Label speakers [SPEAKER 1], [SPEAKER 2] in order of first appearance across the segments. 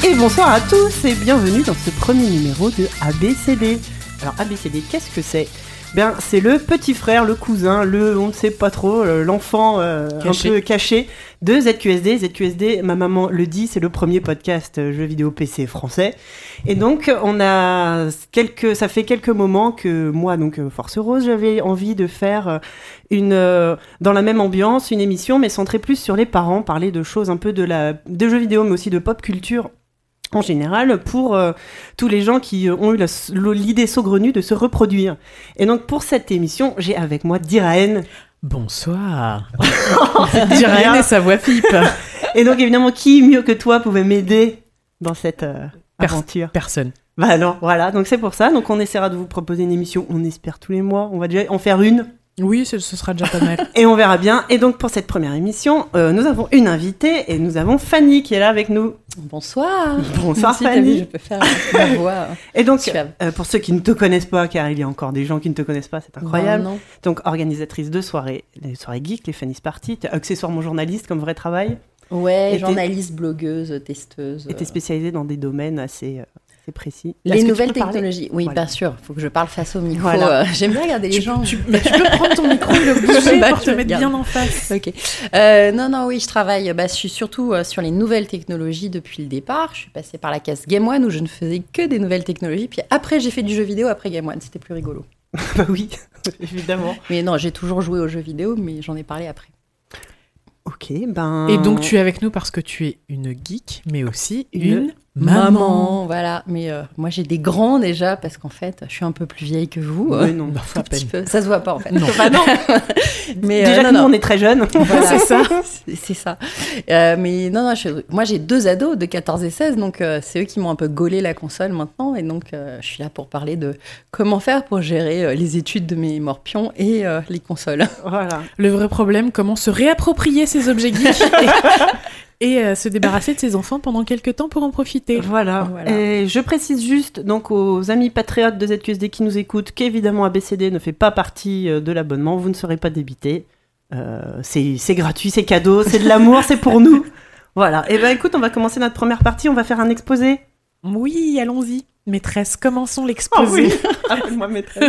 [SPEAKER 1] Et bonsoir à tous et bienvenue dans ce premier numéro de ABCD. Alors ABCD, qu'est-ce que c'est ? Bien, c'est le petit frère, le cousin, on ne sait pas trop, l'enfant un peu caché de ZQSD. ZQSD, ma maman le dit, c'est le premier podcast jeux vidéo PC français. Et donc, ça fait quelques moments que moi, donc Force Rose, j'avais envie de faire dans la même ambiance, une émission, mais centrée plus sur les parents, parler de choses un peu de jeux vidéo, mais aussi de pop culture en général, pour tous les gens qui ont eu l'idée saugrenue de se reproduire. Et donc, pour cette émission, j'ai avec moi Diraen.
[SPEAKER 2] Bonsoir. Diraen et sa voix pipe.
[SPEAKER 1] Et donc, évidemment, qui mieux que toi pouvait m'aider dans cette aventure ?
[SPEAKER 2] Personne.
[SPEAKER 1] Bah non, voilà, donc c'est pour ça. Donc, on essaiera de vous proposer une émission, on espère tous les mois. On va déjà en faire une.
[SPEAKER 2] Oui, ce sera déjà pas mal.
[SPEAKER 1] Et on verra bien. Et donc, pour cette première émission, nous avons une invitée et nous avons Fanny qui est là avec nous.
[SPEAKER 3] Bonsoir.
[SPEAKER 1] Bonsoir
[SPEAKER 3] merci,
[SPEAKER 1] Fanny.
[SPEAKER 3] Je peux faire ma voix.
[SPEAKER 1] Et donc, pour ceux qui ne te connaissent pas, car il y a encore des gens qui ne te connaissent pas, c'est incroyable.
[SPEAKER 3] Non.
[SPEAKER 1] Donc, organisatrice de soirées, les soirées geeks, les Fanny's Party, t'es accessoirement journaliste comme vrai travail.
[SPEAKER 3] Ouais, journaliste, blogueuse, testeuse.
[SPEAKER 1] Et t'es spécialisée dans des domaines assez précis.
[SPEAKER 3] Les nouvelles technologies. Oui, voilà. Bien sûr. Il faut que je parle face au micro.
[SPEAKER 1] Voilà.
[SPEAKER 3] J'aime bien regarder les gens.
[SPEAKER 2] Tu peux prendre ton micro et le bouger pour te mettre bien en face.
[SPEAKER 3] Ok. Oui, je travaille. Je suis surtout sur les nouvelles technologies depuis le départ. Je suis passée par la case Game One où je ne faisais que des nouvelles technologies. Puis après, j'ai fait du jeu vidéo après Game One. C'était plus rigolo.
[SPEAKER 1] Bah oui, évidemment.
[SPEAKER 3] Mais non, j'ai toujours joué aux jeux vidéo, mais j'en ai parlé après.
[SPEAKER 1] Ok,
[SPEAKER 2] Et donc, tu es avec nous parce que tu es une geek, mais aussi une
[SPEAKER 3] maman. Voilà, mais moi j'ai des grands déjà parce qu'en fait je suis un peu plus vieille que vous.
[SPEAKER 1] Oui, non,
[SPEAKER 3] un petit peu. Ça se voit pas en fait.
[SPEAKER 1] Non, non.
[SPEAKER 3] Mais
[SPEAKER 1] déjà que nous on est très jeunes.
[SPEAKER 3] Voilà, c'est ça. C'est ça. Mais non, moi j'ai 2 ados de 14 et 16, donc c'est eux qui m'ont un peu gaulé la console maintenant, et donc je suis là pour parler de comment faire pour gérer les études de mes morpions et les consoles.
[SPEAKER 1] Voilà.
[SPEAKER 2] Le vrai problème, comment se réapproprier ces objets geeks et se débarrasser de ses enfants pendant quelques temps pour en profiter.
[SPEAKER 1] Voilà. Et je précise juste donc aux amis patriotes de ZQSD qui nous écoutent qu'évidemment ABCD ne fait pas partie de l'abonnement, vous ne serez pas débité. C'est gratuit, c'est cadeau, c'est de l'amour, c'est pour nous. Voilà. Et ben écoute, on va commencer notre première partie, on va faire un exposé.
[SPEAKER 2] Oui, allons-y. Maîtresse, commençons l'exposé.
[SPEAKER 1] Oh oui. Appelle-moi maîtresse.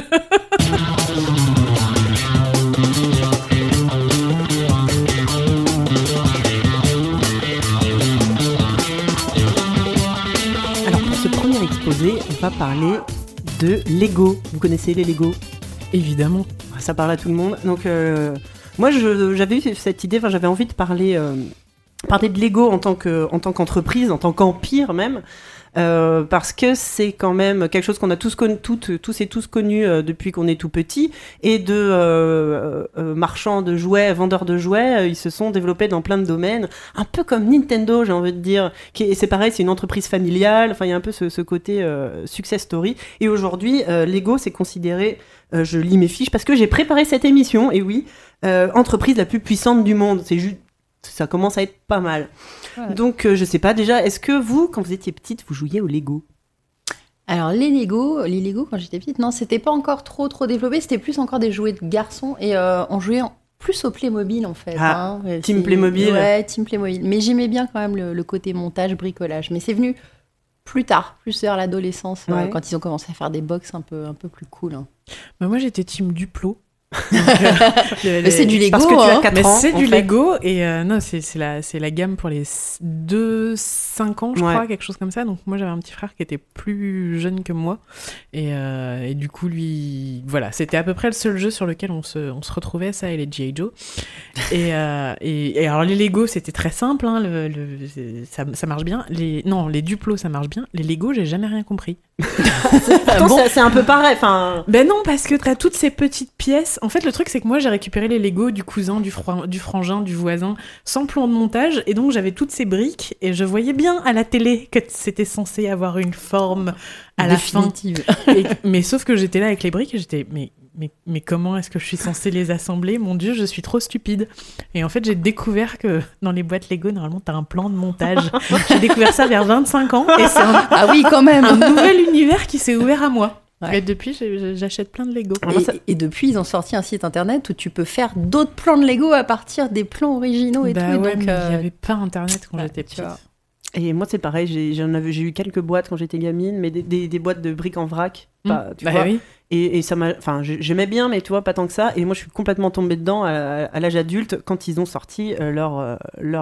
[SPEAKER 1] Exposé, on va parler de Lego. Vous connaissez les Lego ?
[SPEAKER 2] Évidemment.
[SPEAKER 1] Ça parle à tout le monde. Donc, moi, j'avais eu cette idée, j'avais envie de parler de Lego en tant qu'entreprise, en tant qu'empire même. Parce que c'est quand même quelque chose qu'on a tous et tous connu depuis qu'on est tout petit, et de marchands de jouets, vendeurs de jouets, ils se sont développés dans plein de domaines, un peu comme Nintendo, j'ai envie de dire, c'est pareil, c'est une entreprise familiale, enfin il y a un peu ce côté success story, et aujourd'hui Lego c'est considéré, je lis mes fiches parce que j'ai préparé cette émission, et oui, entreprise la plus puissante du monde, c'est juste, ça commence à être pas mal. Ouais. Donc, je sais pas, déjà, est-ce que vous, quand vous étiez petite, vous jouiez aux Lego ?
[SPEAKER 3] Alors, les Lego, quand j'étais petite, non, c'était pas encore trop développé, c'était plus encore des jouets de garçons, et on jouait plus au Playmobil, en fait.
[SPEAKER 1] Ah, Team Playmobil.
[SPEAKER 3] Ouais, Team Playmobil. Mais j'aimais bien quand même le côté montage, bricolage. Mais c'est venu plus tard, plus vers l'adolescence, quand ils ont commencé à faire des box un peu plus cool. Hein.
[SPEAKER 2] Bah, moi, j'étais Team Duplo.
[SPEAKER 3] Mais c'est du Lego,
[SPEAKER 1] parce que tu as 4 ans,
[SPEAKER 2] c'est du Lego, et non, c'est la gamme pour les 2-5 ans, je crois, quelque chose comme ça. Donc moi j'avais un petit frère qui était plus jeune que moi, et du coup lui, voilà, c'était à peu près le seul jeu sur lequel on se retrouvait, ça et les G.I. Joe. Et alors les Lego c'était très simple, hein, ça marche bien. Les Duplo ça marche bien. Les Lego j'ai jamais rien compris.
[SPEAKER 1] C'est un peu pareil.
[SPEAKER 2] Ben non, parce que t'as toutes ces petites pièces. En fait, le truc, c'est que moi, j'ai récupéré les Lego du cousin, du frangin, du voisin, sans plan de montage. Et donc, j'avais toutes ces briques. Et je voyais bien à la télé que c'était censé avoir une forme à
[SPEAKER 3] définitive.
[SPEAKER 2] La fin. Mais sauf que j'étais là avec les briques et j'étais... Mais comment est-ce que je suis censée les assembler ? Mon Dieu, je suis trop stupide. Et en fait, j'ai découvert que dans les boîtes Lego, normalement, t'as un plan de montage. J'ai découvert ça vers 25 ans. Et c'est
[SPEAKER 3] ah oui, quand même,
[SPEAKER 2] un nouvel univers qui s'est ouvert à moi.
[SPEAKER 3] Ouais.
[SPEAKER 2] Et depuis, j'achète plein de Lego.
[SPEAKER 3] Et depuis, ils ont sorti un site internet où tu peux faire d'autres plans de Lego à partir des plans originaux et tout.
[SPEAKER 2] Ouais,
[SPEAKER 3] donc,
[SPEAKER 2] mais il n'y avait pas internet quand j'étais petite.
[SPEAKER 1] Et moi, c'est pareil, j'ai eu quelques boîtes quand j'étais gamine, mais des boîtes de briques en vrac, tu vois.
[SPEAKER 2] Oui.
[SPEAKER 1] Et ça m'a, enfin, j'aimais bien, mais tu vois, pas tant que ça. Et moi, je suis complètement tombée dedans à l'âge adulte quand ils ont sorti leur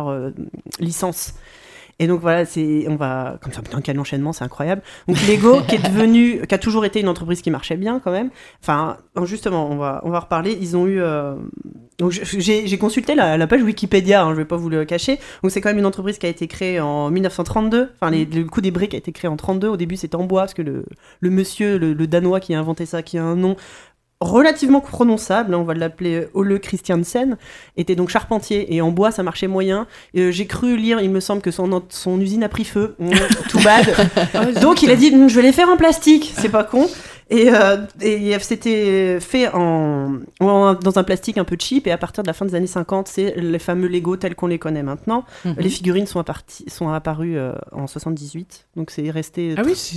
[SPEAKER 1] licence. Et donc voilà, comme ça, putain, quel enchaînement, c'est incroyable. Donc Lego, qui a toujours été une entreprise qui marchait bien quand même. Enfin, justement, on va reparler. Ils ont eu, donc j'ai consulté la page Wikipédia, je vais pas vous le cacher. Donc c'est quand même une entreprise qui a été créée en 1932. Enfin, le coup des briques a été créé en 32. Au début, c'était en bois parce que le monsieur, le Danois qui a inventé ça, qui a un nom relativement prononçable, on va l'appeler Ole Christiansen, était donc charpentier, et en bois ça marchait moyen. J'ai cru lire, il me semble que son usine a pris feu, tout bad. Donc il a dit je vais les faire en plastique, c'est pas con. Et c'était fait dans un plastique un peu cheap, et à partir de la fin des années 50, c'est les fameux Lego tels qu'on les connaît maintenant. Les figurines sont apparues en 78, donc c'est resté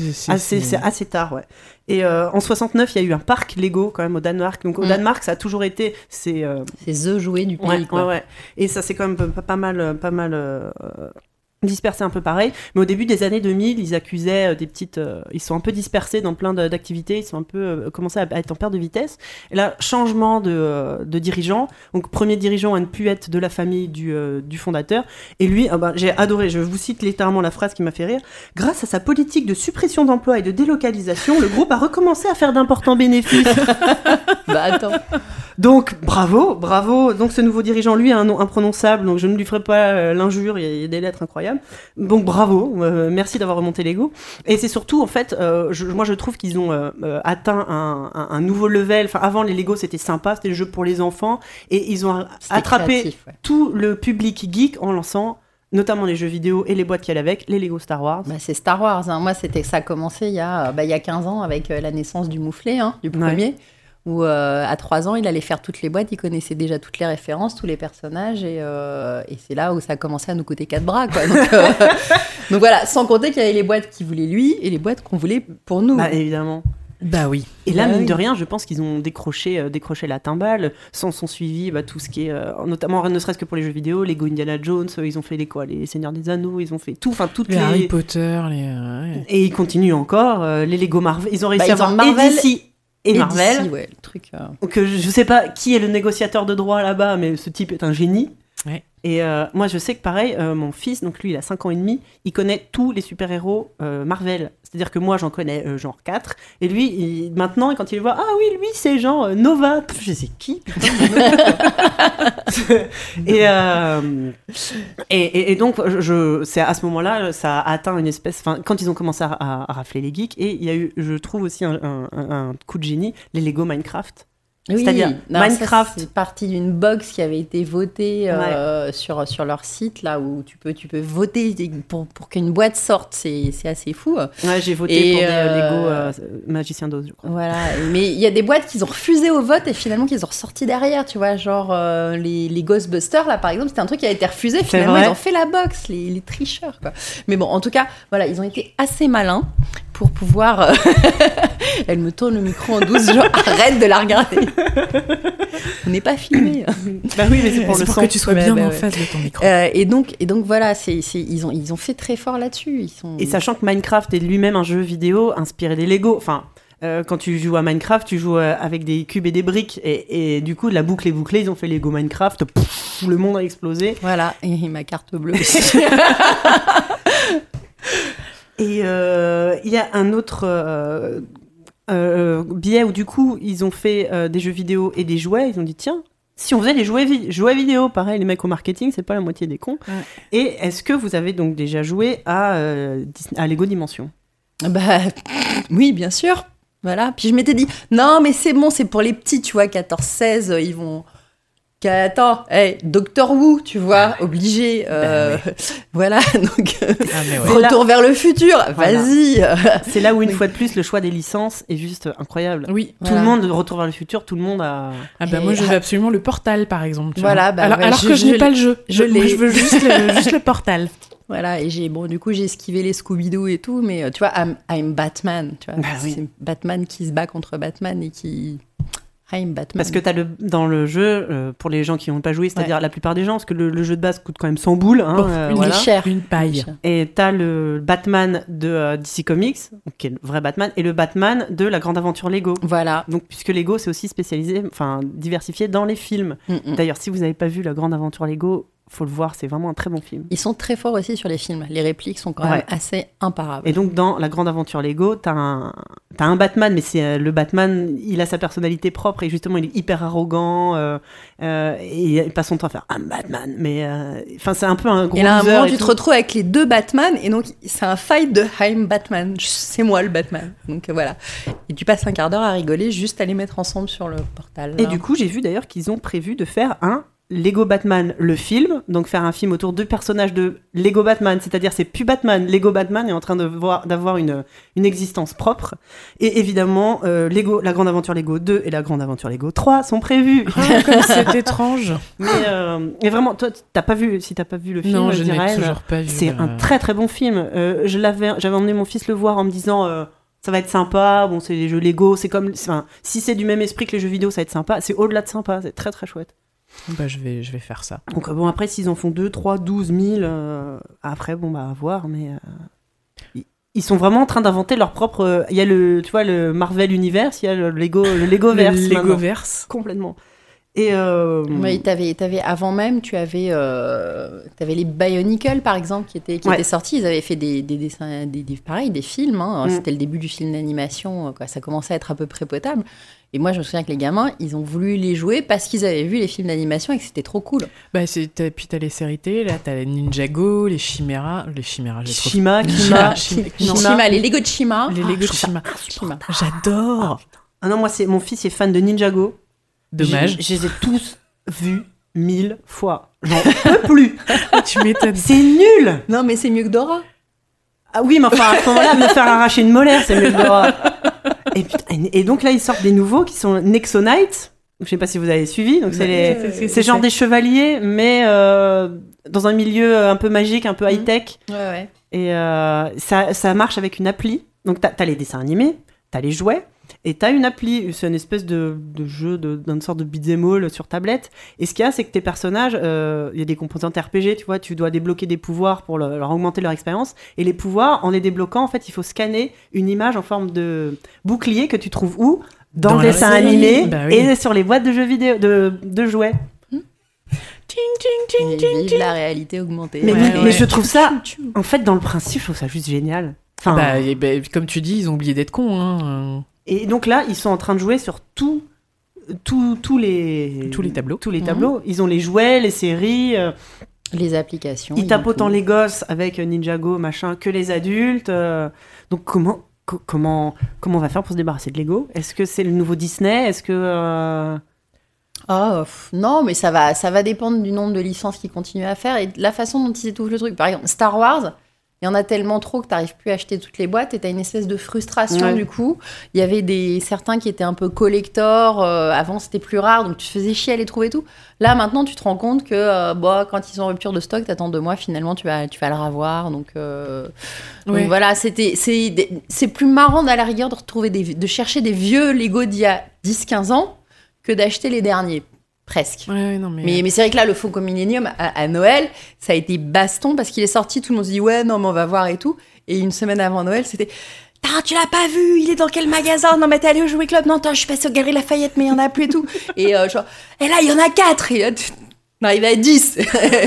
[SPEAKER 1] c'est assez tard, ouais. Et en 69, il y a eu un parc Lego quand même au Danemark. Donc au Danemark, ça a toujours été c'est
[SPEAKER 3] the jouet du pays.
[SPEAKER 1] Ouais,
[SPEAKER 3] quoi.
[SPEAKER 1] Ouais. Et ça c'est quand même pas mal dispersés un peu pareil, mais au début des années 2000, ils accusaient des petites... ils sont un peu dispersés dans plein d'activités, ils sont un peu commencé à être en perte de vitesse. Et là, changement de dirigeant. Donc, premier dirigeant à ne plus être de la famille du fondateur. Et lui, j'ai adoré, je vous cite littéralement la phrase qui m'a fait rire. « Grâce à sa politique de suppression d'emplois et de délocalisation, le groupe a recommencé à faire d'importants bénéfices. »
[SPEAKER 3] Attends.
[SPEAKER 1] Donc, bravo. Donc, ce nouveau dirigeant, lui, a un nom imprononçable, donc je ne lui ferai pas l'injure, il y a des lettres incroyables. Donc, bravo, merci d'avoir remonté Lego. Et c'est surtout, en fait, moi, je trouve qu'ils ont atteint un nouveau level. Enfin, avant, les Lego, c'était sympa, c'était le jeu pour les enfants, et ils ont attrapé créatif, tout le public geek en lançant notamment les jeux vidéo et les boîtes qu'il y a avec, les Lego Star Wars.
[SPEAKER 3] C'est Star Wars, hein. Moi, ça a commencé il y a 15 ans avec la naissance du mouflet, du premier. Ouais. Où à 3 ans, il allait faire toutes les boîtes, il connaissait déjà toutes les références, tous les personnages, et c'est là où ça a commencé à nous coûter 4 bras, quoi. Donc voilà, sans compter qu'il y avait les boîtes qu'il voulait lui et les boîtes qu'on voulait pour nous.
[SPEAKER 1] Évidemment.
[SPEAKER 2] Bah oui.
[SPEAKER 1] Et là, mine de rien, je pense qu'ils ont décroché la timbale, sont suivis tout ce qui est, notamment ne serait-ce que pour les jeux vidéo, Lego Indiana Jones, ils ont fait les Seigneurs des Anneaux, ils ont fait tout, toutes les
[SPEAKER 2] Harry Potter,
[SPEAKER 1] et ils continuent encore, les Lego Marvel, ils ont réussi à avoir
[SPEAKER 3] Marvel
[SPEAKER 1] et Marvel.
[SPEAKER 3] DC, ouais, le truc.
[SPEAKER 1] Donc je sais pas qui est le négociateur de droit là-bas, mais ce type est un génie.
[SPEAKER 2] Ouais.
[SPEAKER 1] Et moi, je sais que pareil, mon fils, donc lui, il a 5 ans et demi, il connaît tous les super-héros Marvel. C'est-à-dire que moi, j'en connais genre 4. Et lui, maintenant, quand il voit, ah oui, lui, c'est genre Nova. Je sais qui, putain. et donc, c'est à ce moment-là, ça a atteint une espèce... Enfin, quand ils ont commencé à rafler les geeks, et il y a eu, je trouve aussi un coup de génie, les Lego Minecraft.
[SPEAKER 3] Oui,
[SPEAKER 1] c'est-à-dire Minecraft.
[SPEAKER 3] C'est parti d'une box qui avait été votée sur leur site, là où tu peux voter pour qu'une boîte sorte. C'est assez fou.
[SPEAKER 1] Ouais, j'ai voté pour des Lego Magicien d'Oz, je crois.
[SPEAKER 3] Voilà, mais il y a des boîtes qu'ils ont refusé au vote et finalement qu'ils ont ressorti derrière, tu vois, genre les Ghostbusters, là, par exemple, c'était un truc qui a été refusé, finalement ils ont fait la box, les tricheurs, quoi. Mais bon, en tout cas, voilà, ils ont été assez malins pour pouvoir... Elle me tourne le micro en douce, genre arrête de la regarder. On n'est pas filmé.
[SPEAKER 1] Bah oui, mais c'est pour
[SPEAKER 2] que tu sois bien en face de ton micro.
[SPEAKER 3] Et donc voilà, ils ont fait très fort là-dessus.
[SPEAKER 1] Et sachant que Minecraft est lui-même un jeu vidéo inspiré des Lego. Enfin, quand tu joues à Minecraft, tu joues avec des cubes et des briques. Et du coup, la boucle est bouclée. Ils ont fait Lego Minecraft. Le monde a explosé.
[SPEAKER 3] Voilà, et ma carte bleue.
[SPEAKER 1] Et il y a un autre biais où du coup ils ont fait des jeux vidéo et des jouets. Ils ont dit tiens, si on faisait des jouets vidéo, pareil, les mecs au marketing, c'est pas la moitié des cons. Ouais. Et est-ce que vous avez donc déjà joué à Lego Dimension ?
[SPEAKER 3] Bah oui, bien sûr. Voilà. Puis je m'étais dit non mais c'est bon, c'est pour les petits, tu vois, 14-16, ils vont... Attends, Doctor Who, tu vois, obligé. Voilà, donc retour vers le futur, vas-y.
[SPEAKER 1] C'est là où, une fois de plus, le choix des licences est juste incroyable.
[SPEAKER 2] Oui.
[SPEAKER 1] Tout le monde, retour vers le futur, tout le monde a...
[SPEAKER 2] moi, je veux absolument le Portal, par exemple.
[SPEAKER 3] Voilà,
[SPEAKER 2] alors que je n'ai pas le jeu. Moi, je veux juste le Portal.
[SPEAKER 3] Voilà, et j'ai esquivé les Scooby-Doo et tout, mais tu vois, I'm Batman, tu vois.
[SPEAKER 1] Oui.
[SPEAKER 3] C'est Batman qui se bat contre Batman et qui... I'm Batman.
[SPEAKER 1] Parce que t'as dans le jeu, pour les gens qui n'ont pas joué, c'est-à-dire la plupart des gens, parce que le jeu de base coûte quand même 100 boules.
[SPEAKER 2] Une paille.
[SPEAKER 1] Et t'as le Batman de DC Comics, qui est le vrai Batman, et le Batman de la Grande Aventure Lego.
[SPEAKER 3] Voilà.
[SPEAKER 1] Donc, puisque Lego, c'est aussi diversifié dans les films. D'ailleurs, si vous n'avez pas vu la Grande Aventure Lego, faut le voir, c'est vraiment un très bon film.
[SPEAKER 3] Ils sont très forts aussi sur les films. Les répliques sont quand même assez imparables.
[SPEAKER 1] Et donc, dans la Grande Aventure Lego, t'as un Batman, mais c'est le Batman, il a sa personnalité propre et justement, il est hyper arrogant et il passe son temps à faire « I'm Batman ». Mais c'est un peu un gros loser.
[SPEAKER 3] Et là, à un moment, tu te retrouves avec les deux Batman et donc, c'est un fight de « I'm Batman ». C'est moi le Batman. Donc, voilà. Et tu passes un quart d'heure à rigoler juste à les mettre ensemble sur le portal.
[SPEAKER 1] Et du coup, j'ai vu d'ailleurs qu'ils ont prévu de faire un Lego Batman, le film, donc faire un film autour de personnages de Lego Batman, c'est-à-dire c'est plus Batman, Lego Batman est en train d'avoir une existence propre, et évidemment la Grande Aventure Lego 2 et la Grande Aventure Lego 3 sont prévus.
[SPEAKER 2] Comme c'est étrange.
[SPEAKER 1] Mais vraiment, toi, si t'as pas vu le film,
[SPEAKER 2] non, je n'ai toujours pas vu.
[SPEAKER 1] C'est un très très bon film. J'avais emmené mon fils le voir en me disant ça va être sympa, bon c'est les jeux Lego, si c'est du même esprit que les jeux vidéo, ça va être sympa, c'est au-delà de sympa, c'est très très chouette.
[SPEAKER 2] Bah, je vais faire ça.
[SPEAKER 1] Donc après, s'ils en font 2, 3, 12 000, après, à voir, mais ils sont vraiment en train d'inventer leur propre... Il y a le Marvel Universe, il y a le Legoverse.
[SPEAKER 2] Le Legoverse.
[SPEAKER 1] Complètement. Et
[SPEAKER 3] oui, t'avais avant même, tu avais les Bionicle par exemple qui étaient sortis. Ils avaient fait des dessins, des films. Hein. C'était le début du film d'animation. Ça commençait à être à peu près potable. Et moi, je me souviens que les gamins, ils ont voulu les jouer parce qu'ils avaient vu les films d'animation et que c'était trop cool.
[SPEAKER 2] Bah, puis t'as les séries télé, là, t'as les Ninjago, les Chimera,
[SPEAKER 1] Shima,
[SPEAKER 3] les Lego de Shima.
[SPEAKER 2] Les Lego de Shima. J'adore.
[SPEAKER 1] Ah non, mon fils est fan de Ninjago.
[SPEAKER 2] Dommage.
[SPEAKER 1] Je les ai tous vus 1000 fois. J'en peux plus.
[SPEAKER 2] Tu m'étonnes.
[SPEAKER 1] C'est nul.
[SPEAKER 3] Non, mais c'est mieux que Dora.
[SPEAKER 1] Ah oui, mais enfin, à ce moment-là, me faire arracher une molaire, c'est mieux que Dora. Et donc là, ils sortent des nouveaux qui sont Nexonites. Je sais pas si vous avez suivi. Donc c'est genre des chevaliers, mais dans un milieu un peu magique, un peu high-tech.
[SPEAKER 3] Ouais.
[SPEAKER 1] Et ça marche avec une appli. Donc t'as les dessins animés, t'as les jouets. Et t'as une appli, c'est une espèce de jeu d'une sorte de beat'em all sur tablette. Et ce qu'il y a, c'est que tes personnages, il y a des composantes RPG, tu vois, tu dois débloquer des pouvoirs pour leur augmenter leur expérience. Et les pouvoirs, en les débloquant, en fait, il faut scanner une image en forme de bouclier que tu trouves où ? Dans le dessin animé et sur les boîtes de jeux vidéo, de jouets.
[SPEAKER 3] Vive la réalité augmentée.
[SPEAKER 1] Mais je trouve ça, en fait, dans le principe, je trouve ça juste génial.
[SPEAKER 2] Enfin, comme tu dis, ils ont oublié d'être cons, hein.
[SPEAKER 1] Et donc là, ils sont en train de jouer sur tous les
[SPEAKER 2] tableaux.
[SPEAKER 1] Tous les tableaux. Ils ont les jouets, les séries,
[SPEAKER 3] les applications.
[SPEAKER 1] Ils tapent autant les gosses avec Ninjago, machin, que les adultes. Donc comment on va faire pour se débarrasser de Lego ? Est-ce que c'est le nouveau Disney ? Est-ce que
[SPEAKER 3] non, mais ça va dépendre du nombre de licences qu'ils continuent à faire et de la façon dont ils étouffent le truc. Par exemple, Star Wars. Il y en a tellement trop que tu n'arrives plus à acheter toutes les boîtes et tu as une espèce de frustration du coup. Il y avait certains qui étaient un peu collector. Avant, c'était plus rare, donc tu te faisais chier à les trouver et tout. Là, maintenant, tu te rends compte que quand ils sont en rupture de stock, tu attends 2 mois, finalement, tu vas le revoir. Donc voilà, c'est plus marrant à la rigueur de chercher des vieux Lego d'il y a 10-15 ans que d'acheter les derniers. Presque.
[SPEAKER 2] Non,
[SPEAKER 3] mais c'est vrai que là, le Funko Millennium, à Noël, ça a été baston parce qu'il est sorti, tout le monde se dit ouais, non, mais on va voir et tout. Et une semaine avant Noël, c'était tu l'as pas vu, il est dans quel magasin ? Non, mais t'es allé au Jouet Club ? Non, je suis passée au Galeries Lafayette, mais il y en a plus et tout. Et là, il y en a 4. Et là, on arrive à 10.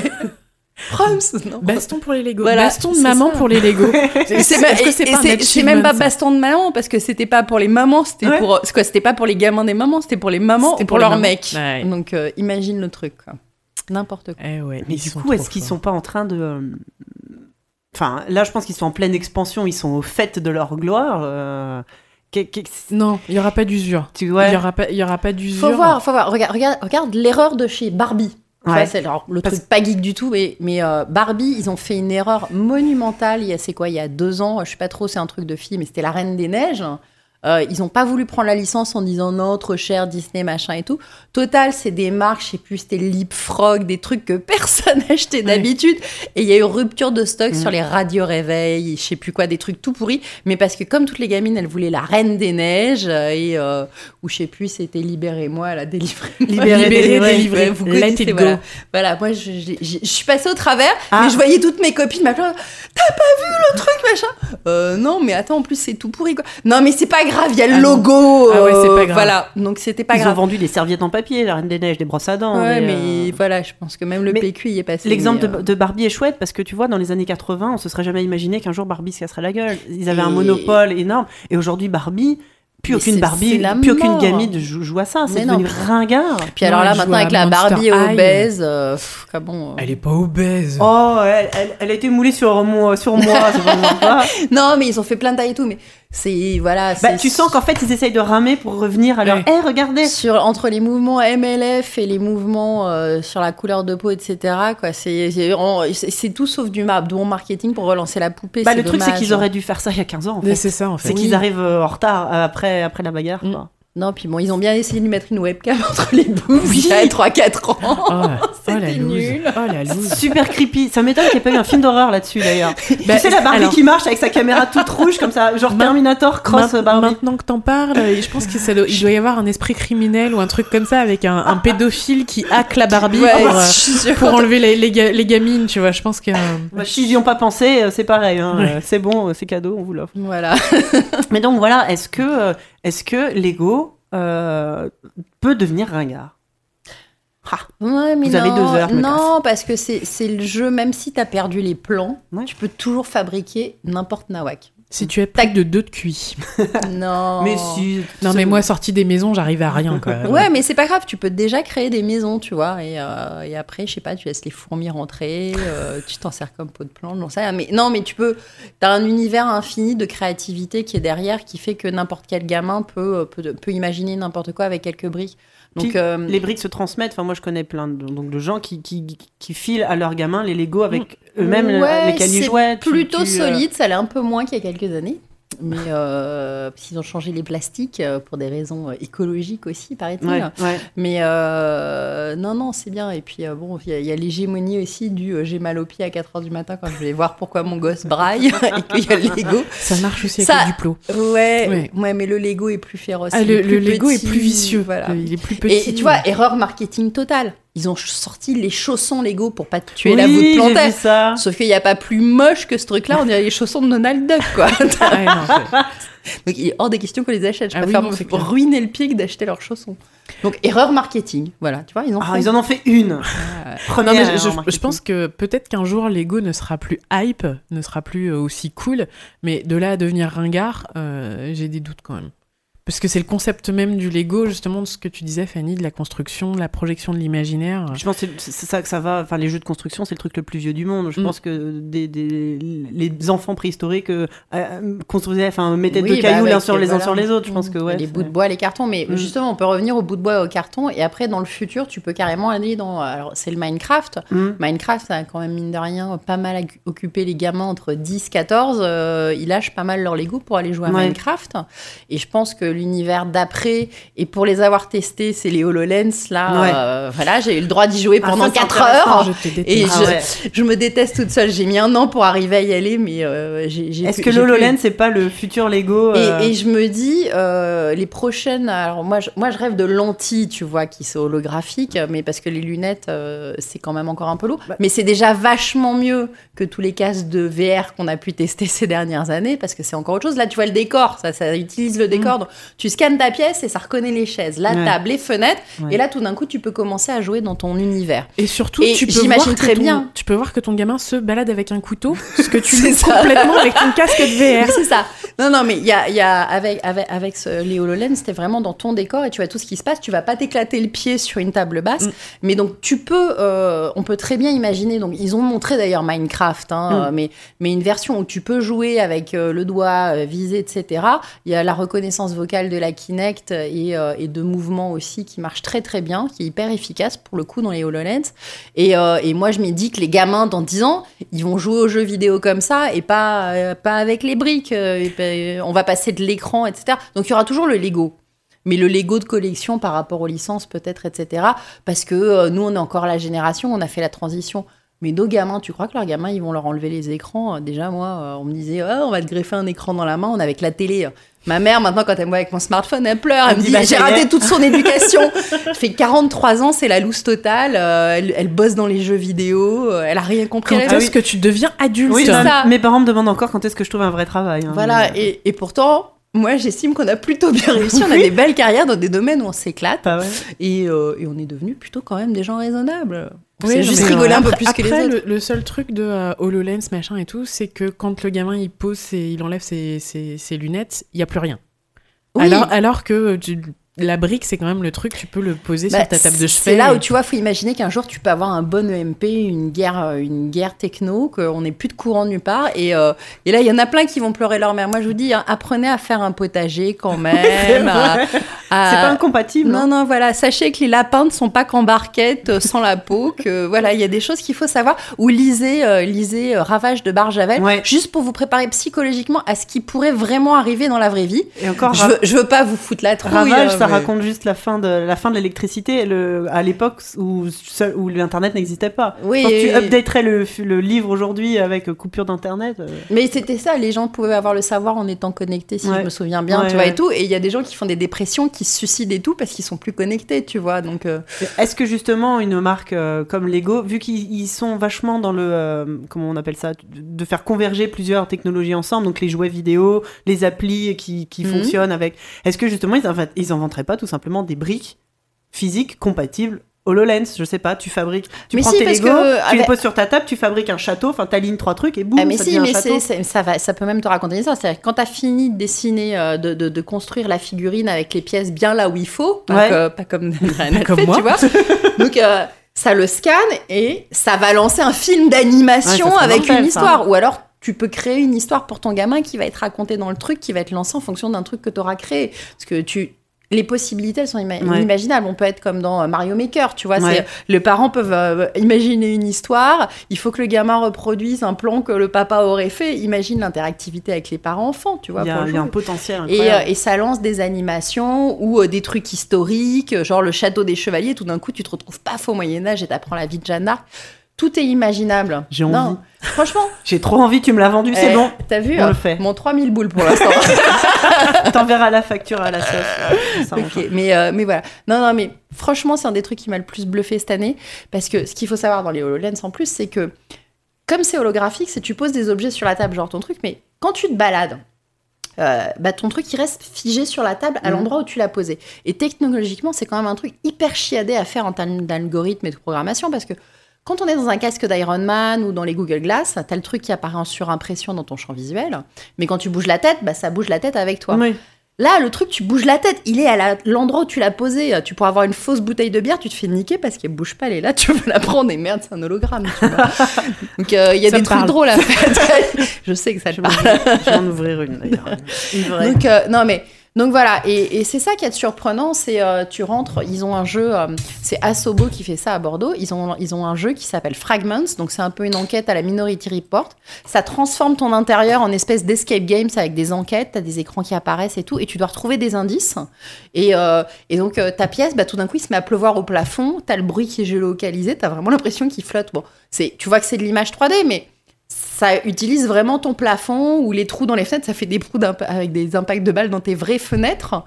[SPEAKER 3] Non.
[SPEAKER 2] Baston pour les Lego. Voilà, baston de maman pour les Lego.
[SPEAKER 3] C'est même pas baston de maman parce que c'était pas pour les mamans, c'était pas pour les gamins des mamans, c'était pour les mamans et pour leurs mecs. Ouais. Donc imagine le truc, quoi. N'importe quoi.
[SPEAKER 1] Mais du coup, est-ce qu'ils sont pas en train de Enfin, là, je pense qu'ils sont en pleine expansion, ils sont au fait de leur gloire.
[SPEAKER 2] Non, il y aura pas d'usure. Il y aura pas d'usure.
[SPEAKER 3] Faut voir. Regarde l'erreur de chez Barbie. C'est le truc pas geek du tout, mais Barbie, ils ont fait une erreur monumentale il y a 2 ans, je sais pas trop, c'est un truc de fille, mais c'était la Reine des Neiges. Ils n'ont pas voulu prendre la licence en disant non, trop cher, Disney, machin et tout. Total, c'est des marques, je sais plus, c'était Leapfrog, des trucs que personne n'achetait d'habitude. Et il y a eu rupture de stock sur les radios réveil, je sais plus quoi, des trucs tout pourris. Mais parce que comme toutes les gamines, elles voulaient la Reine des Neiges, ou je sais plus, c'était Libérez-moi, la Délivrez-moi.
[SPEAKER 2] Délivrez,
[SPEAKER 3] vous
[SPEAKER 2] let
[SPEAKER 3] connaissez,
[SPEAKER 2] it go.
[SPEAKER 3] Voilà, moi, je suis passée au travers, mais je voyais toutes mes copines m'appeler. T'as pas vu le truc, machin? Non, mais attends, en plus, c'est tout pourri, quoi. Non, mais c'est pas grave, il y a le logo.
[SPEAKER 2] Ah ouais, c'est pas grave.
[SPEAKER 3] Voilà, donc c'était pas grave.
[SPEAKER 1] Ils ont vendu des serviettes en papier, la Reine des Neiges, des brosses à dents.
[SPEAKER 3] Ouais, mais voilà, je pense que même le PQ y est passé.
[SPEAKER 1] L'exemple de Barbie est chouette parce que tu vois, dans les années 80, on se serait jamais imaginé qu'un jour Barbie se casserait la gueule. Ils avaient un monopole énorme. Et aujourd'hui, Barbie, plus aucune gamine joue à ça. C'est devenu ringard.
[SPEAKER 3] Puis alors là, maintenant, avec la Barbie obèse, comment...
[SPEAKER 2] Elle est pas obèse.
[SPEAKER 1] Oh, elle a été moulée sur moi, c'est vraiment pas.
[SPEAKER 3] Non, mais ils ont fait plein de tailles et tout, mais c'est... Voilà,
[SPEAKER 1] tu sens qu'en fait, ils essayent de ramer pour revenir à leur... regardez.
[SPEAKER 3] Entre les mouvements MLF et les mouvements sur la couleur de peau, etc., quoi, c'est tout sauf du bon marketing pour relancer la poupée.
[SPEAKER 1] Le truc, c'est qu'ils auraient dû faire ça il y a 15 ans, en fait.
[SPEAKER 2] Mais c'est ça, en fait.
[SPEAKER 1] C'est qu'ils arrivent en retard après la bagarre, quoi.
[SPEAKER 3] Non, puis bon, ils ont bien essayé de lui mettre une webcam entre les bouts il y a 3-4 ans. C'était nul.
[SPEAKER 2] La loose.
[SPEAKER 1] Super creepy. Ça m'étonne qu'il n'y ait pas eu un film d'horreur là-dessus, d'ailleurs. Tu sais, la Barbie qui marche avec sa caméra toute rouge, comme ça, genre Terminator cross Barbie.
[SPEAKER 2] Maintenant que t'en parles, je pense qu'il doit y avoir un esprit criminel ou un truc comme ça, avec un pédophile qui hack la Barbie pour enlever les gamines, tu vois. Je pense que...
[SPEAKER 1] S'ils n'y ont pas pensé, c'est pareil. Hein. C'est bon, c'est cadeau, on vous l'offre.
[SPEAKER 3] Voilà.
[SPEAKER 1] Mais donc, voilà, est-ce que Lego peut devenir ringard?
[SPEAKER 3] Ouais, mais
[SPEAKER 1] vous avez 2 heures.
[SPEAKER 3] Non, parce que c'est le jeu, même si t'as perdu les plans, tu peux toujours fabriquer n'importe nawak.
[SPEAKER 2] Si tu as plus de 2 de QI.
[SPEAKER 3] Non.
[SPEAKER 1] Mais si.
[SPEAKER 2] Non, mais moi, sortie des maisons, j'arrive à rien, quoi.
[SPEAKER 3] Ouais, mais c'est pas grave, tu peux déjà créer des maisons, tu vois. Et après, je sais pas, tu laisses les fourmis rentrer, tu t'en sers comme pot de plante, j'en sais rien. Mais non, mais t'as un univers infini de créativité qui est derrière, qui fait que n'importe quel gamin peut imaginer n'importe quoi avec quelques briques. Donc,
[SPEAKER 1] les briques se transmettent. Enfin, moi, je connais plein de gens qui filent à leurs gamins les Lego avec eux-mêmes lesquels ils jouaient.
[SPEAKER 3] C'est plutôt solide, ça l'est un peu moins qu'il y a quelques années. Mais parce qu'ils ont changé les plastiques pour des raisons écologiques aussi, paraît-il.
[SPEAKER 1] Ouais.
[SPEAKER 3] Mais non, c'est bien. Et puis bon, il y a l'hégémonie aussi du j'ai mal aux pieds à 4h du matin quand je vais voir pourquoi mon gosse braille et qu'il y a le Lego.
[SPEAKER 2] Ça marche aussi avec le Duplo.
[SPEAKER 3] Ouais, mais le Lego est plus féroce.
[SPEAKER 2] Le Lego est plus vicieux.
[SPEAKER 3] Voilà.
[SPEAKER 2] Il est plus petit.
[SPEAKER 3] Et tu vois, erreur marketing totale. Ils ont sorti les chaussons Lego pour pas tuer la voûte plantaire. Sauf qu'il n'y a pas plus moche que ce truc-là. On dirait les chaussons de Donald Duck, quoi. Donc il est hors des questions qu'on les achète. Je préfère ruiner le pied que d'acheter leurs chaussons. Donc erreur marketing. Voilà, tu vois, ils en ont fait une.
[SPEAKER 2] Non, mais je pense que peut-être qu'un jour Lego ne sera plus hype, ne sera plus aussi cool, mais de là à devenir ringard, j'ai des doutes quand même. Parce que c'est le concept même du Lego, justement, de ce que tu disais, Fanny, de la construction, de la projection de l'imaginaire.
[SPEAKER 1] Je pense que c'est ça que ça va... Enfin, les jeux de construction, c'est le truc le plus vieux du monde. Je pense que les enfants préhistoriques construisaient, mettaient 2 cailloux l'un sur les uns sur les autres. Je pense que,
[SPEAKER 3] les bouts de bois, les cartons. Mais justement, on peut revenir aux bouts de bois et aux cartons. Et après, dans le futur, tu peux carrément aller dans... Alors, c'est le Minecraft. Minecraft, ça a quand même, mine de rien, pas mal occupé les gamins entre 10 et 14. Ils lâchent pas mal leur Lego pour aller jouer à Minecraft. Et je pense que l'univers d'après, et pour les avoir testés, c'est les HoloLens, là, voilà, j'ai eu le droit d'y jouer pendant 4 heures, je me déteste toute seule, j'ai mis 1 an pour arriver à y aller, mais
[SPEAKER 1] Est-ce que l'HoloLens, c'est pas le futur Lego
[SPEAKER 3] et je me dis, les prochaines, alors moi je rêve de lentilles, tu vois, qui sont holographiques, mais parce que les lunettes, c'est quand même encore un peu lourd, mais c'est déjà vachement mieux que tous les casques de VR qu'on a pu tester ces dernières années, parce que c'est encore autre chose. Là, tu vois le décor, ça utilise le décor, donc tu scannes ta pièce et ça reconnaît les chaises, la table, les fenêtres, et là tout d'un coup tu peux commencer à jouer dans ton univers.
[SPEAKER 2] Et surtout, tu peux voir que ton gamin se balade avec un couteau, ce que tu fais complètement avec ton casque de VR.
[SPEAKER 3] C'est ça. Non, mais il y a avec les HoloLens, c'était vraiment dans ton décor et tu vois tout ce qui se passe. Tu vas pas t'éclater le pied sur une table basse, mais donc on peut très bien imaginer. Donc ils ont montré d'ailleurs Minecraft, mais une version où tu peux jouer avec le doigt, viser, etc. Il y a la reconnaissance vocale de la Kinect et de mouvements aussi qui marche très très bien, qui est hyper efficace pour le coup dans les HoloLens. Et moi je me dis que les gamins dans 10 ans, ils vont jouer aux jeux vidéo comme ça et pas avec les briques. on va passer de l'écran, etc. Donc il y aura toujours le Lego. Mais le Lego de collection par rapport aux licences peut-être, etc. Parce que nous, on est encore la génération, on a fait la transition. Mais nos gamins, tu crois que leurs gamins, ils vont leur enlever les écrans ? Déjà, moi, on me disait, on va te greffer un écran dans la main, on est avec la télé. Ma mère, maintenant, quand elle me voit avec mon smartphone, elle pleure. Elle me dit, j'ai raté toute son éducation. Elle fait 43 ans, c'est la loose totale. Elle bosse dans les jeux vidéo. Elle a rien compris.
[SPEAKER 2] Quand est-ce que tu deviens adulte ?
[SPEAKER 1] Oui, ça. Mes parents me demandent encore quand est-ce que je trouve un vrai travail. Hein,
[SPEAKER 3] voilà, mais... et pourtant... Moi, j'estime qu'on a plutôt bien réussi. On a des belles carrières dans des domaines où on s'éclate.
[SPEAKER 1] Ah ouais.
[SPEAKER 3] Et on est devenus plutôt quand même des gens raisonnables. On s'est juste rigolé un peu plus que les autres.
[SPEAKER 2] Après, le seul truc de HoloLens, machin et tout, c'est que quand le gamin, il enlève ses lunettes, il n'y a plus rien. Oui. Alors que... La brique, c'est quand même le truc, tu peux le poser sur ta table de chevet.
[SPEAKER 3] C'est là où tu vois, faut imaginer qu'un jour tu peux avoir un bon EMP, une guerre techno, qu'on n'ait plus de courant nulle part. Et là, il y en a plein qui vont pleurer leur mère. Moi, je vous dis, apprenez à faire un potager quand même.
[SPEAKER 1] C'est pas incompatible.
[SPEAKER 3] Non, voilà. Sachez que les lapins ne sont pas qu'en barquette sans la peau. Que voilà, il y a des choses qu'il faut savoir. Ou lisez Ravage de Barjavel, juste pour vous préparer psychologiquement à ce qui pourrait vraiment arriver dans la vraie vie.
[SPEAKER 1] Et encore,
[SPEAKER 3] je veux pas vous foutre la trouille.
[SPEAKER 1] Ravage, ça raconte juste la fin de l'électricité à l'époque où l'internet n'existait pas.
[SPEAKER 3] Oui,
[SPEAKER 1] quand tu updaterais le livre aujourd'hui avec coupure d'internet.
[SPEAKER 3] Mais c'était ça, les gens pouvaient avoir le savoir en étant connectés, si je me souviens bien, tu vois, et tout. Et il y a des gens qui font des dépressions, qui se suicident et tout parce qu'ils sont plus connectés, tu vois. Donc.
[SPEAKER 1] Est-ce que justement une marque comme Lego, vu qu'ils sont vachement dans le comment on appelle ça, de faire converger plusieurs technologies ensemble, donc les jouets vidéo, les applis qui fonctionnent avec, est-ce que justement ils inventeraient pas tout simplement des briques physiques compatibles HoloLens, je sais pas, tu prends tes Lego, tu les poses sur ta table, tu fabriques un château, enfin t'alignes 3 trucs et boum, ça devient un château.
[SPEAKER 3] Ça peut même te raconter ça. C'est-à-dire que quand t'as fini de dessiner, de construire la figurine avec les pièces bien là où il faut, pas comme moi, tu vois. Donc ça le scanne et ça va lancer un film d'animation avec une histoire. Ou alors tu peux créer une histoire pour ton gamin qui va être racontée dans le truc, qui va être lancée en fonction d'un truc que t'auras créé. Parce que les possibilités, elles sont inimaginables. On peut être comme dans Mario Maker, tu vois. Les parents peuvent imaginer une histoire. Il faut que le gamin reproduise un plan que le papa aurait fait. Imagine l'interactivité avec les parents-enfants, tu vois.
[SPEAKER 1] Il y a un potentiel incroyable.
[SPEAKER 3] Et ça lance des animations ou des trucs historiques, genre le château des chevaliers. Tout d'un coup, tu te retrouves paf au Moyen-Âge et t'apprends la vie de Jeanne d'Arc. Tout est imaginable.
[SPEAKER 1] J'ai envie.
[SPEAKER 3] Non, franchement.
[SPEAKER 1] J'ai trop envie, tu me l'as vendu, c'est bon.
[SPEAKER 3] T'as vu,
[SPEAKER 1] on le fait.
[SPEAKER 3] Mon 3000 boules pour l'instant.
[SPEAKER 1] T'enverras la facture à la sauce.
[SPEAKER 3] Ok, mais voilà. Non, mais franchement, c'est un des trucs qui m'a le plus bluffé cette année. Parce que ce qu'il faut savoir dans les HoloLens en plus, c'est que comme c'est holographique, c'est tu poses des objets sur la table, genre ton truc, mais quand tu te balades, ton truc il reste figé sur la table à l'endroit où tu l'as posé. Et technologiquement, c'est quand même un truc hyper chiadé à faire en termes d'algorithme et de programmation, parce que quand on est dans un casque d'Iron Man ou dans les Google Glass, t'as le truc qui apparaît en surimpression dans ton champ visuel, mais quand tu bouges la tête, ça bouge la tête avec toi. Oui. Là, le truc, tu bouges la tête, il est à l'endroit où tu l'as posé. Tu pourrais avoir une fausse bouteille de bière, tu te fais niquer parce qu'elle bouge pas, elle est là, tu veux la prendre et merde, c'est un hologramme. Tu vois. Donc il y a des trucs drôles à faire. Je sais que ça te parle.
[SPEAKER 1] Je vais en ouvrir une d'ailleurs. Une vraie.
[SPEAKER 3] Donc, donc voilà, et c'est ça qui est surprenant, c'est tu rentres, ils ont un jeu, c'est Asobo qui fait ça à Bordeaux, ils ont un jeu qui s'appelle Fragments, donc c'est un peu une enquête à la Minority Report, ça transforme ton intérieur en espèce d'escape games avec des enquêtes, t'as des écrans qui apparaissent et tout, et tu dois retrouver des indices, et donc ta pièce, tout d'un coup il se met à pleuvoir au plafond, t'as le bruit qui est géolocalisé, t'as vraiment l'impression qu'il flotte, bon, tu vois que c'est de l'image 3D, mais ça utilise vraiment ton plafond ou les trous dans les fenêtres, ça fait des trous avec des impacts de balles dans tes vraies fenêtres.